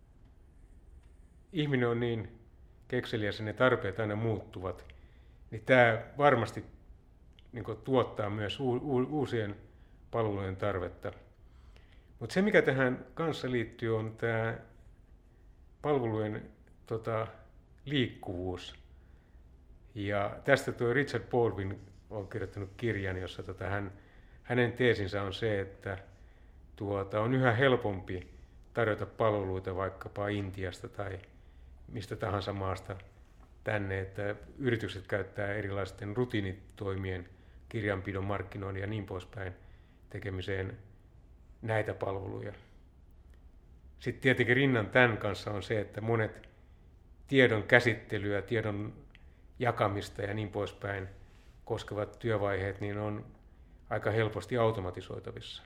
ihminen on niin kekseliäs ja ne tarpeet aina muuttuvat, niin tämä varmasti niin kuin tuottaa myös uusien palvelujen tarvetta. Mutta se, mikä tähän kanssa liittyy, on tämä palvelujen liikkuvuus. Ja tästä tuo Richard Baldwin on kirjoittanut kirjan, jossa hänen teesinsä on se, että on yhä helpompi tarjota palveluita vaikkapa Intiasta tai mistä tahansa maasta tänne, että yritykset käyttää erilaisten rutiinitoimien, kirjanpidon, markkinoinnin ja niin poispäin tekemiseen näitä palveluja. Sitten tietenkin rinnan tämän kanssa on se, että monet tiedon käsittelyä, tiedon jakamista ja niin poispäin koskevat työvaiheet niin on aika helposti automatisoitavissa.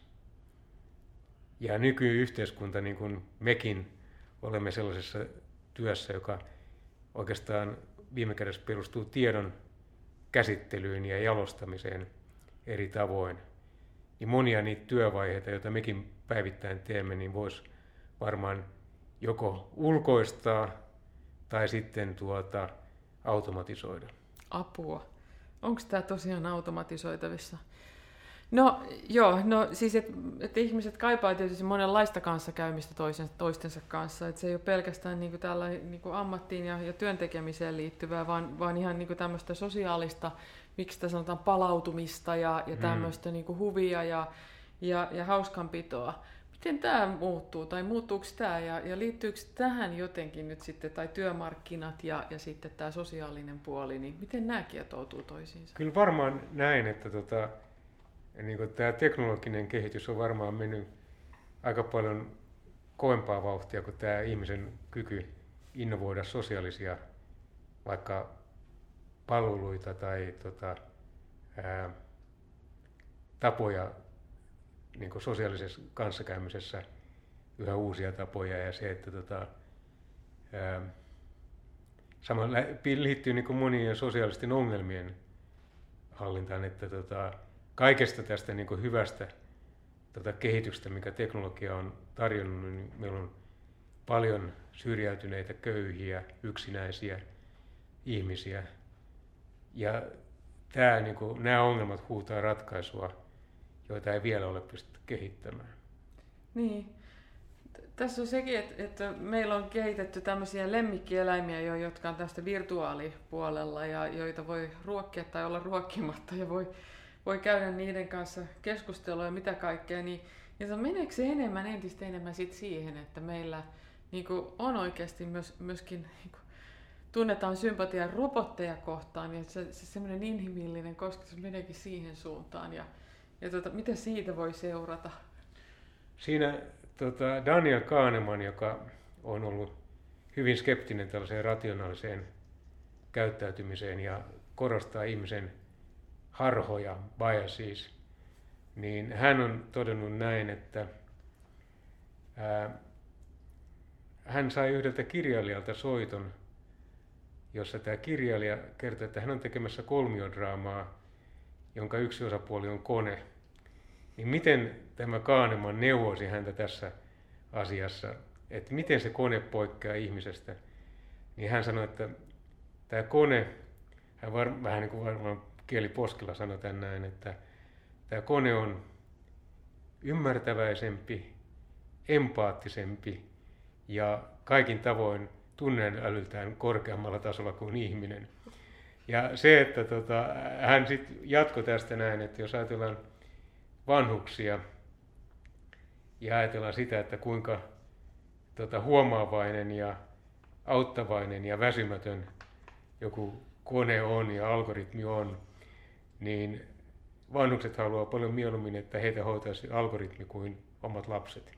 Ja nykyyhteiskunta, niin kuin mekin olemme sellaisessa työssä, joka oikeastaan viime kädessä perustuu tiedon käsittelyyn ja jalostamiseen eri tavoin, niin monia niitä työvaiheita, joita mekin päivittäin teemme, niin voisi varmaan joko ulkoistaa tai sitten automatisoida. Apua. Onko tämä tosiaan automatisoitavissa? No joo, siis että ihmiset kaipaa tietysti monenlaista kanssakäymistä toistensa kanssa, että se ei ole pelkästään niinku tällä niinku ammattiin ja työntekemiseen liittyvää, vaan ihan niinku tämmöistä sosiaalista, miksi sitä sanotaan palautumista ja tämmöistä niinku huvia ja hauskanpitoa. Miten tämä muuttuu tai muuttuuko tämä ja liittyykö tähän jotenkin nyt sitten, tai työmarkkinat ja sitten tämä sosiaalinen puoli, niin miten nämä kietoutuu toisiinsa? Kyllä varmaan näin, että niin tämä teknologinen kehitys on varmaan mennyt aika paljon kovempaa vauhtia kuin tämä ihmisen kyky innovoida sosiaalisia vaikka palveluita tai tapoja niin kuin sosiaalisessa kanssakäymisessä, yhä uusia tapoja ja se, että sama liittyy niin kuin monien sosiaalisten ongelmien hallintaan, että kaikesta tästä niin kuin hyvästä kehityksestä, mikä teknologia on tarjonnut, niin meillä on paljon syrjäytyneitä, köyhiä, yksinäisiä ihmisiä. Ja nämä ongelmat huutaa ratkaisua, joita ei vielä ole pystytty kehittämään. Niin. Tässä on sekin, että meillä on kehitetty tämmöisiä lemmikkieläimiä jo, jotka on tästä virtuaalipuolella ja joita voi ruokkia tai olla ruokkimatta ja voi käydä niiden kanssa keskustelua ja mitä kaikkea. Niin meneekö se entistä enemmän siihen, että meillä niin kuin on oikeasti myöskin niin kuin, tunnetaan sympatiaa robotteja kohtaan ja se semmoinen inhimillinen kosketus meneekin siihen suuntaan ja mitä siitä voi seurata? Siinä Daniel Kahneman, joka on ollut hyvin skeptinen tällaiseen rationaaliseen käyttäytymiseen ja korostaa ihmisen harhoja, biases, niin hän on todennut näin, että hän sai yhdeltä kirjailijalta soiton, jossa tämä kirjailija kertoi, että hän on tekemässä kolmiodraamaa, jonka yksi osapuoli on kone. Niin miten tämä Kahneman neuvoisi häntä tässä asiassa, että miten se kone poikkeaa ihmisestä, niin hän sanoi, että tämä kone, hän vähän niin kuin varmaan kieliposkella sanoi tämän näin, että tämä kone on ymmärtäväisempi, empaattisempi ja kaikin tavoin tunneälyltään korkeammalla tasolla kuin ihminen. Ja se, että hän sitten jatkoi tästä näin, että jos ajatellaan vanhuksia ja ajatellaan sitä, että kuinka huomaavainen ja auttavainen ja väsymätön joku kone on ja algoritmi on, niin vanhukset haluaa paljon mieluummin, että heitä hoitaisi algoritmi kuin omat lapset.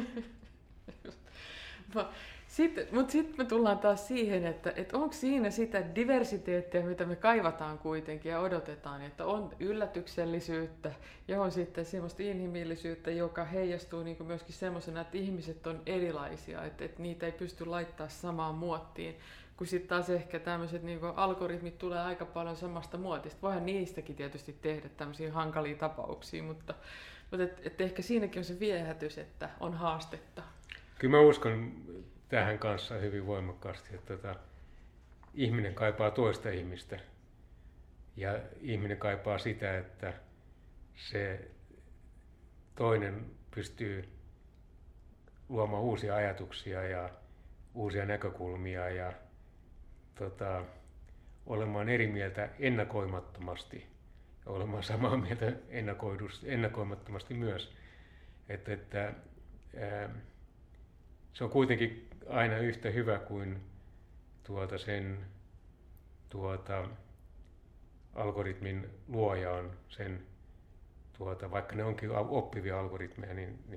Mutta sitten me tullaan taas siihen, että onko siinä sitä diversiteettiä, mitä me kaivataan kuitenkin ja odotetaan, että on yllätyksellisyyttä ja on sitten semmoista inhimillisyyttä, joka heijastuu niinku myöskin semmoisena, että ihmiset on erilaisia, että niitä ei pysty laittaa samaan muottiin, kun sitten taas ehkä tämmöiset niinku algoritmit tulee aika paljon samasta muotista. Voihan niistäkin tietysti tehdä tämmöisiä hankalia tapauksia, mutta ehkä siinäkin on se viehätys, että on haastetta. Kyllä mä uskon tähän kanssa hyvin voimakkaasti, että ihminen kaipaa toista ihmistä ja ihminen kaipaa sitä, että se toinen pystyy luomaan uusia ajatuksia ja uusia näkökulmia ja olemaan eri mieltä ennakoimattomasti ja olemaan samaa mieltä ennakoimattomasti myös. Että se on kuitenkin aina yhtä hyvä kuin sen algoritmin luoja on sen, vaikka ne onkin oppivia algoritmeja,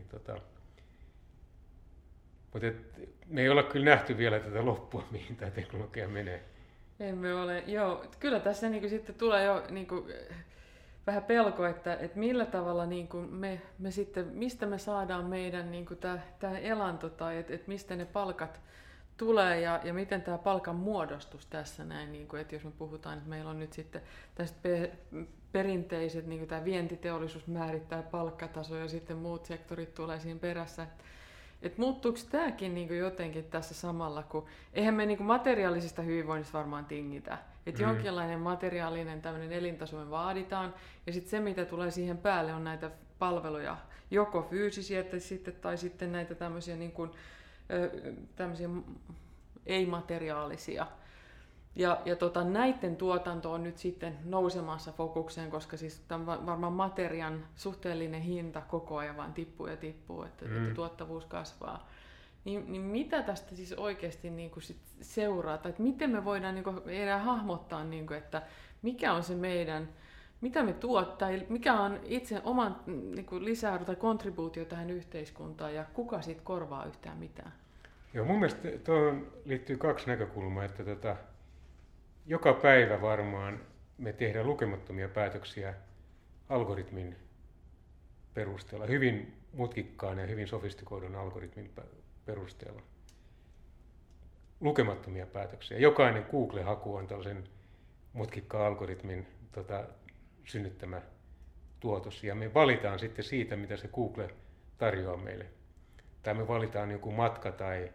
mutta me ei olla kyllä nähty vielä tätä loppua, mihin tämä teknologia menee. Emme ole, joo. Kyllä tässä niinku sitten tulee jo niinku vähän pelko, että millä tavalla niinku me sitten, mistä me saadaan meidän niinku tämä elanto tai että mistä ne palkat tulee ja miten tämä palkan muodostus tässä näin, niinku, että jos me puhutaan, että meillä on nyt sitten tästä perinteiset, niinku tämä vientiteollisuus määrittää palkkataso ja sitten muut sektorit tulee siinä perässä. Että muuttuuko tämäkin niinku jotenkin tässä samalla, kun eihän me niinku materiaalisesta hyvinvoinnista varmaan tingitä. Että jonkinlainen materiaalinen tämmöinen elintaso me vaaditaan, ja sitten se, mitä tulee siihen päälle, on näitä palveluja, joko fyysisiä tai sitten näitä tämmöisiä, tämmöisiä ei-materiaalisia. Ja näiden tuotanto on nyt sitten nousemassa fokukseen, koska siis varmaan materian suhteellinen hinta koko ajan vaan tippuu ja tippuu, että tuottavuus kasvaa. Niin mitä tästä siis oikeasti niinku sit seuraa, tai miten me voidaan niinku hahmottaa, niinku, että mikä on se meidän, mitä me tuottaa, mikä on itse oman niinku lisäarvo tai kontribuutio tähän yhteiskuntaan ja kuka siitä korvaa yhtään mitään? Joo, mun mielestä tuohon liittyy kaksi näkökulmaa, että joka päivä varmaan me tehdään lukemattomia päätöksiä algoritmin perusteella, hyvin mutkikkaan ja hyvin sofistikoidun algoritmin perusteella. Lukemattomia päätöksiä. Jokainen Google-haku on tällaisen mutkikkaan algoritmin synnyttämä tuotossa. Ja me valitaan sitten siitä, mitä se Google tarjoaa meille. Tai me valitaan joku matka tai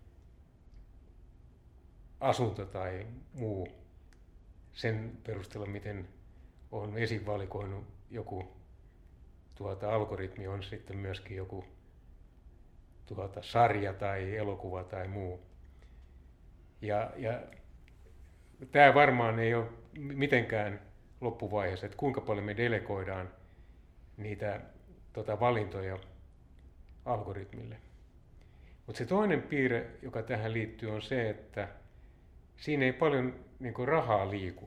asunto tai muu sen perusteella, miten on esivalikoinut joku algoritmi, on sitten myöskin joku sarja tai elokuva tai muu. Ja tämä varmaan ei ole mitenkään loppuvaiheessa, että kuinka paljon me delegoidaan niitä valintoja algoritmille. Mutta se toinen piirre, joka tähän liittyy, on se, että siinä ei paljon rahaa liiku.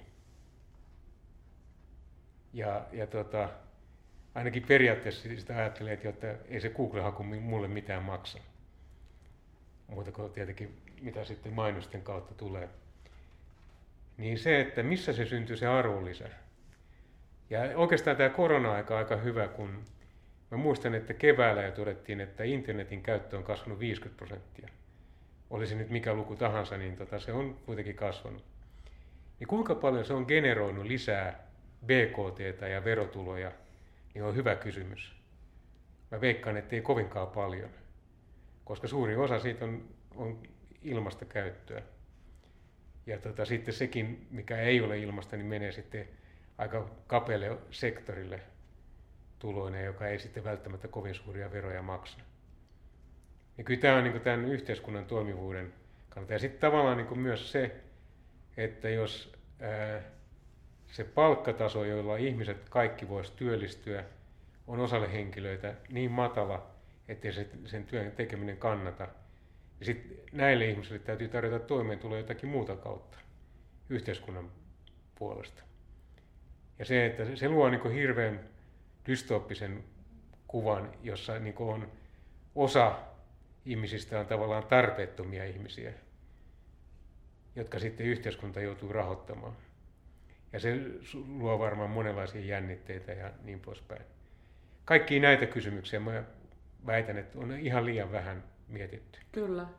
Ja ainakin periaatteessa sitä ajattelee, että ei se Google-haku mulle mitään maksa. Muuta kuin tietenkin mitä sitten mainosten kautta tulee. Niin se, että missä se syntyy se arvonlisä. Ja oikeastaan tämä korona-aika on aika hyvä, kun mä muistan, että keväällä jo todettiin, että internetin käyttö on kasvanut 50%. Olisi nyt mikä luku tahansa, niin se on kuitenkin kasvanut. Niin kuinka paljon se on generoinut lisää BKT:tä ja verotuloja, niin on hyvä kysymys. Mä veikkaan, että ei kovinkaan paljon, koska suurin osa siitä on ilmasta käyttöä. Ja sitten sekin, mikä ei ole ilmasta, niin menee sitten aika kapealle sektorille tuloinen, joka ei sitten välttämättä kovin suuria veroja maksa. Ja kyllä tämä on tämän yhteiskunnan toimivuuden kannalta. Ja sitten tavallaan myös se, että jos se palkkataso, jolla ihmiset kaikki voisi työllistyä, on osalle henkilöitä niin matala, ettei sen työn tekeminen kannata. Ja sitten näille ihmisille täytyy tarjota toimeentuloa jotakin muuta kautta, yhteiskunnan puolesta. Ja se, että se luo hirveän dystooppisen kuvan, jossa on osa ihmisistä on tavallaan tarpeettomia ihmisiä, jotka sitten yhteiskunta joutuu rahoittamaan. Ja se luo varmaan monenlaisia jännitteitä ja niin poispäin. Kaikkia näitä kysymyksiä mä väitän, että on ihan liian vähän mietitty. Kyllä.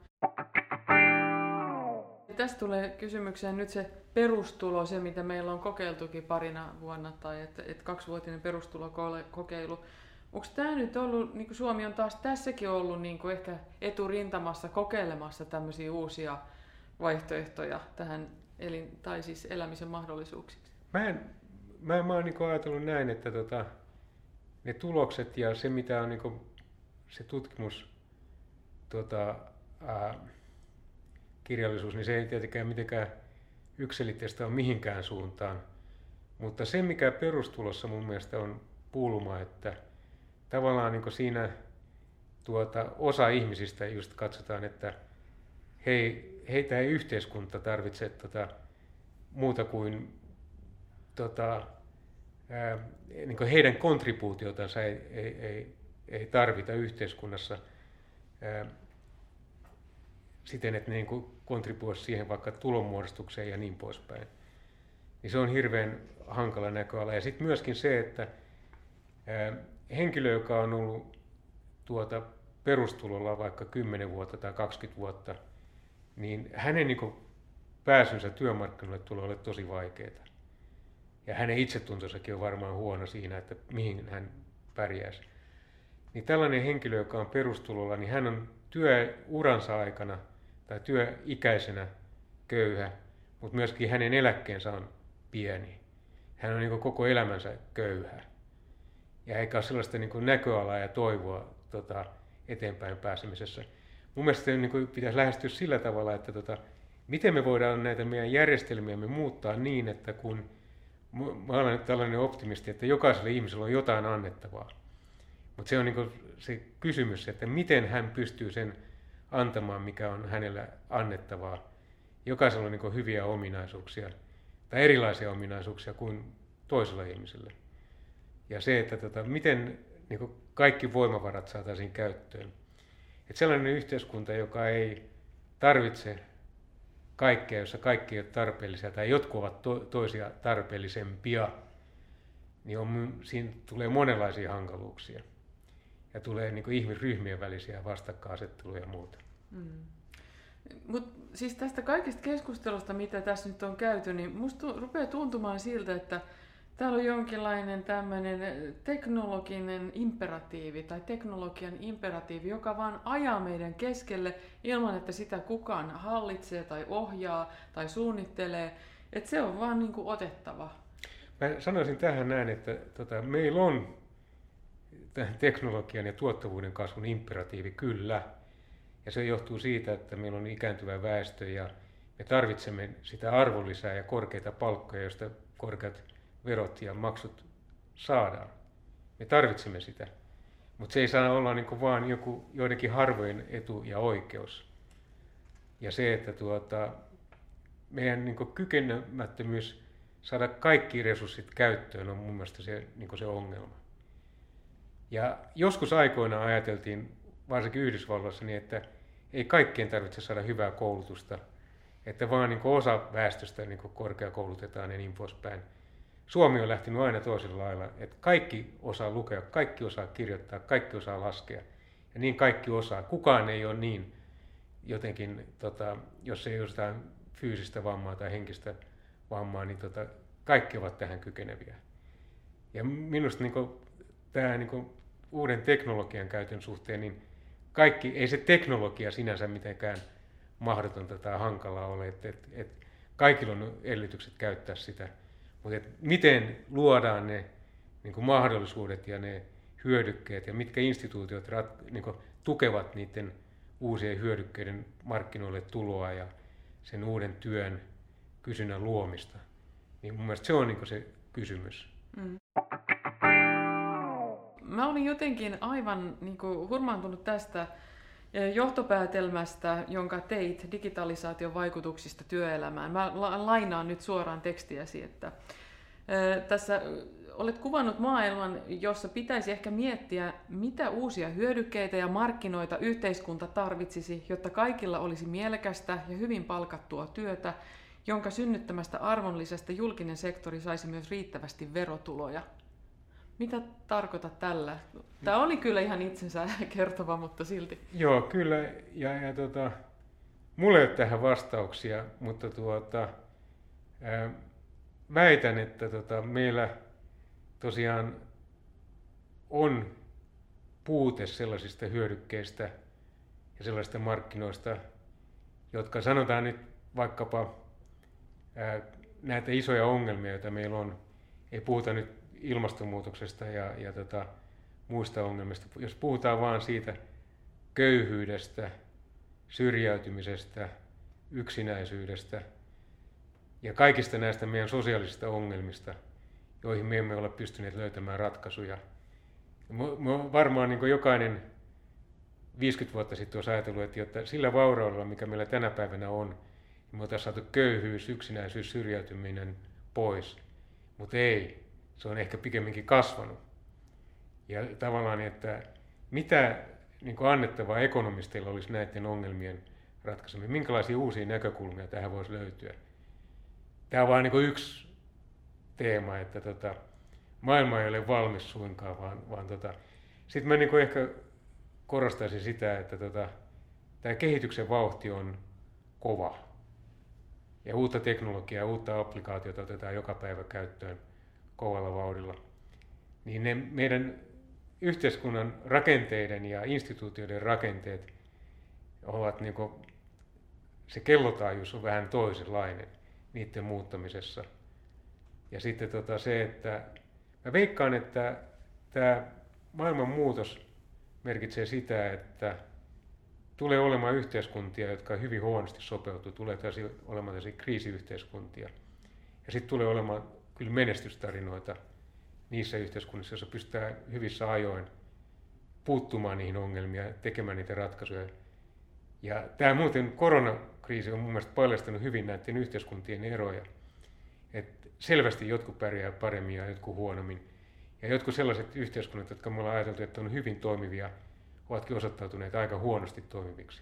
Tästä tulee kysymykseen nyt se perustulo, se mitä meillä on kokeiltukin parina vuonna, tai että 2-vuotinen perustulokokeilu. Onko tämä nyt ollut, niin kuin Suomi on taas tässäkin ollut niin kuin ehkä eturintamassa kokeilemassa tämmöisiä uusia vaihtoehtoja tähän elämisen mahdollisuuksiksi? Mä oon ajatellut näin, että ne tulokset ja se mitä on se tutkimus kirjallisuus, niin se ei tietenkään mitenkään yksiselitteistä ole mihinkään suuntaan. Mutta se mikä perustulossa mun mielestä on pulma, että tavallaan siinä osa ihmisistä just katsotaan, että heitä ei yhteiskunta tarvitse muuta kuin heidän kontribuutiotansa ei tarvita yhteiskunnassa siten, että ne kontribuoisi siihen vaikka tulonmuodostukseen ja niin poispäin. Niin se on hirveän hankala näköala. Ja sitten myöskin se, että henkilö, joka on ollut perustulolla vaikka 10 vuotta tai 20 vuotta, niin hänen pääsynsä työmarkkinoille tulee olemaan tosi vaikeaa. Ja hänen itsetuntosakin on varmaan huono siinä, että mihin hän pärjäisi. Niin tällainen henkilö, joka on perustulolla, niin hän on työuransa aikana tai työikäisenä köyhä, mutta myöskin hänen eläkkeensä on pieni. Hän on koko elämänsä köyhä. Ja eikä ole sellaista näköalaa ja toivoa eteenpäin pääsemisessä. Mun mielestä pitäisi lähestyä sillä tavalla, että miten me voidaan näitä meidän järjestelmiämme muuttaa niin, että kun mä olen tällainen optimisti, että jokaiselle ihmisellä on jotain annettavaa. Mutta se on se kysymys, että miten hän pystyy sen antamaan, mikä on hänellä annettavaa. Jokaisella on hyviä ominaisuuksia tai erilaisia ominaisuuksia kuin toisella ihmisellä. Ja se, että miten kaikki voimavarat saataisiin käyttöön. Että sellainen yhteiskunta, joka ei tarvitse kaikkea, jossa kaikki ovat tarpeellisia tai jotkut ovat toisia tarpeellisempia, niin siinä tulee monenlaisia hankaluuksia. Ja tulee ihmisryhmien välisiä vastakkainasetteluja ja muuta. Mutta siis tästä kaikesta keskustelusta, mitä tässä nyt on käyty, niin musta rupeaa tuntumaan siltä, että Täällä on jonkinlainen tämmöinen teknologinen imperatiivi tai teknologian imperatiivi, joka vaan ajaa meidän keskelle ilman, että sitä kukaan hallitsee tai ohjaa tai suunnittelee. Että se on vaan niin kuin otettava. Mä sanoisin tähän näin, että meillä on tähän teknologian ja tuottavuuden kasvun imperatiivi kyllä. Ja se johtuu siitä, että meillä on ikääntyvä väestö ja me tarvitsemme sitä arvonlisää ja korkeita palkkoja, joista korkeat verot ja maksut saadaan. Me tarvitsemme sitä. Mutta se ei saa olla niin kuin vaan joidenkin harvojen etu ja oikeus. Ja se, että meidän niin kuin kykenemättömyys saada kaikki resurssit käyttöön on mun mielestä se ongelma. Ja joskus aikoinaan ajateltiin, varsinkin Yhdysvalloissa, niin että ei kaikkien tarvitse saada hyvää koulutusta, että vaan niin kuin osa väestöstä niin kuin korkeakoulutetaan ja niin poispäin. Suomi on lähtenyt aina toisella lailla, että kaikki osaa lukea, kaikki osaa kirjoittaa, kaikki osaa laskea ja niin kaikki osaa. Kukaan ei ole niin jotenkin, jos ei ole jotain fyysistä vammaa tai henkistä vammaa, niin kaikki ovat tähän kykeneviä. Ja minusta niin tämä niin uuden teknologian käytön suhteen, niin ei se teknologia sinänsä mitenkään mahdotonta tai hankalaa ole, että kaikilla on edellytykset käyttää sitä. Mutta miten luodaan ne niin mahdollisuudet ja ne hyödykkeet ja mitkä instituutiot niin tukevat niiden uusien hyödykkeiden markkinoille tuloa ja sen uuden työn kysynnän luomista, niin mun mielestä se on niin se kysymys. Mä olin jotenkin aivan niin kuin hurmaantunut tästä johtopäätelmästä, jonka teit digitalisaation vaikutuksista työelämään. Mä lainaan nyt suoraan tekstiäsi, että tässä olet kuvannut maailman, jossa pitäisi ehkä miettiä, mitä uusia hyödykkeitä ja markkinoita yhteiskunta tarvitsisi, jotta kaikilla olisi mielekästä ja hyvin palkattua työtä, jonka synnyttämästä arvonlisästä julkinen sektori saisi myös riittävästi verotuloja. Mitä tarkoitat tällä? Tämä oli kyllä ihan itsensä kertova, mutta silti. Joo, kyllä. Ja mulla ei ole tähän vastauksia, mutta väitän, että meillä tosiaan on puute sellaisista hyödykkeistä ja sellaisista markkinoista, jotka sanotaan nyt vaikkapa näitä isoja ongelmia, joita meillä on. Ei puhuta nyt ilmastonmuutoksesta ja muista ongelmista. Jos puhutaan vaan siitä köyhyydestä, syrjäytymisestä, yksinäisyydestä ja kaikista näistä meidän sosiaalisista ongelmista, joihin me emme ole pystyneet löytämään ratkaisuja. Varmaan niin kuin jokainen 50 vuotta sitten olisi ajatellut, että jotta sillä vauraudella, mikä meillä tänä päivänä on, me oltaisiin saatu köyhyys, yksinäisyys, syrjäytyminen pois. Mutta ei, se on ehkä pikemminkin kasvanut. Ja tavallaan, että mitä niin kuin annettavaa ekonomisteilla olisi näiden ongelmien ratkaiseminen, minkälaisia uusia näkökulmia tähän voisi löytyä. Tämä on vain niin kuin yksi teema, että maailma ei ole valmis suinkaan, vaan sitten mä niin kuin ehkä korostaisin sitä, että tämä kehityksen vauhti on kova. Ja uutta teknologiaa, uutta applikaatiota otetaan joka päivä käyttöön kovalla vauhdilla. Niin ne meidän yhteiskunnan rakenteiden ja instituutioiden rakenteet ovat niin kuin, se kellotaajuus on vähän toisenlainen niiden muuttamisessa. Ja sitten se, että mä veikkaan, että tämä maailman muutos merkitsee sitä, että tulee olemaan yhteiskuntia, jotka hyvin huonosti sopeutuu, tulee olemaan tällaisia kriisiyhteiskuntia. Ja sitten tulee olemaan kyllä menestystarinoita niissä yhteiskunnissa, joissa pystytään hyvissä ajoin puuttumaan niihin ongelmiin ja tekemään niitä ratkaisuja. Ja tämä muuten koronakriisi on mun mielestä paljastanut hyvin näiden yhteiskuntien eroja. Et selvästi jotkut pärjää paremmin ja jotkut huonommin. Ja jotkut sellaiset yhteiskunnat, jotka me ollaan ajateltu, että on hyvin toimivia, ovatkin osoittautuneet aika huonosti toimiviksi.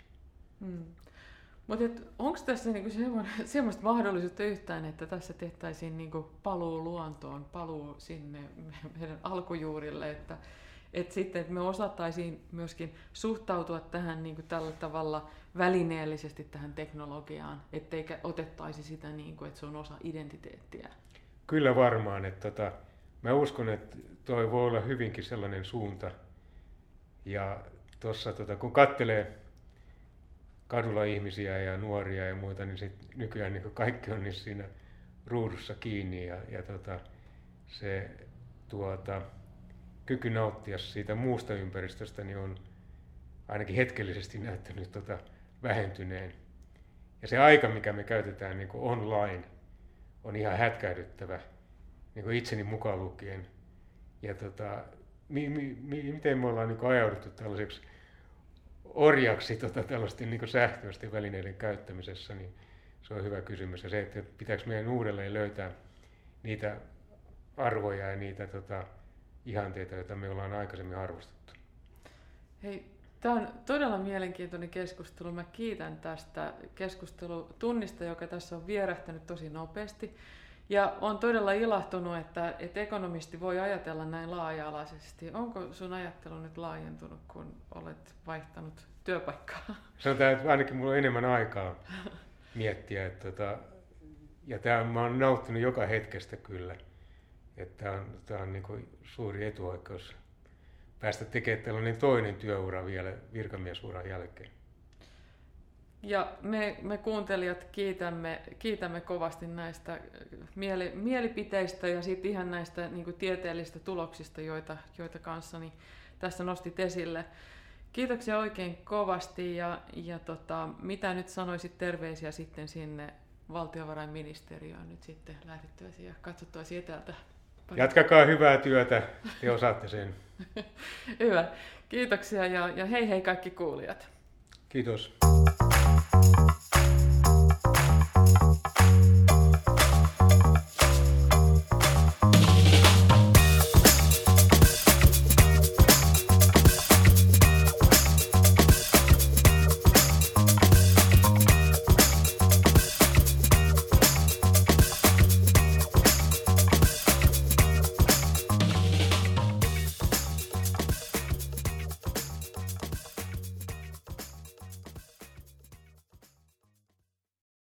Mutta onko tässä niinku semmoista mahdollisuutta yhtään, että tässä tehtäisiin niinku paluu luontoon, paluu sinne meidän alkujuurille, että sitten että me osattaisiin myöskin suhtautua tähän niinku tällä tavalla välineellisesti tähän teknologiaan, etteikä otettaisi sitä, niinku, että se on osa identiteettiä? Kyllä varmaan, että mä uskon, että toi voi olla hyvinkin sellainen suunta. Ja tuossa kun katselee kadulla ihmisiä ja nuoria ja muita, niin sit nykyään niin kaikki on niin siinä ruudussa kiinni ja se kyky nauttia siitä muusta ympäristöstä niin on ainakin hetkellisesti näyttänyt vähentyneen. Ja se aika, mikä me käytetään niin online, on ihan hätkähdyttävä, niin itseni mukaan lukien. Ja miten me ollaan niin ajauduttu tällaiseksi orjaksi tällaisten niin sähköisten välineiden käyttämisessä, niin se on hyvä kysymys. Ja se, että pitääkö meidän uudelleen löytää niitä arvoja ja niitä ihanteita, joita me ollaan aikaisemmin arvostettu. Hei, tämä on todella mielenkiintoinen keskustelu. Mä kiitän tästä keskustelutunnista, joka tässä on vierähtänyt tosi nopeasti. Ja olen todella ilahtunut, että ekonomisti voi ajatella näin laaja-alaisesti. Onko sun ajattelu nyt laajentunut, kun olet vaihtanut työpaikkaa? Sanotaan, että ainakin mulla on enemmän aikaa miettiä. Ja mä oon nauttinut joka hetkestä kyllä. Tämä on niin kuin suuri etuoikeus päästä tekemään tällainen toinen työura vielä virkamiesuran jälkeen. Ja me kuuntelijat kiitämme kovasti näistä mielipiteistä ja sitten ihan näistä niin kuin tieteellisistä tuloksista, joita kanssani tässä nostit esille. Kiitoksia oikein kovasti ja mitä nyt sanoisit terveisiä sitten sinne valtiovarainministeriöön nyt sitten lähdettyäsi ja katsottuasi etäältä? Jatkakaa hyvää työtä, te osaatte sen. Hyvä. Kiitoksia ja hei kaikki kuulijat. Kiitos.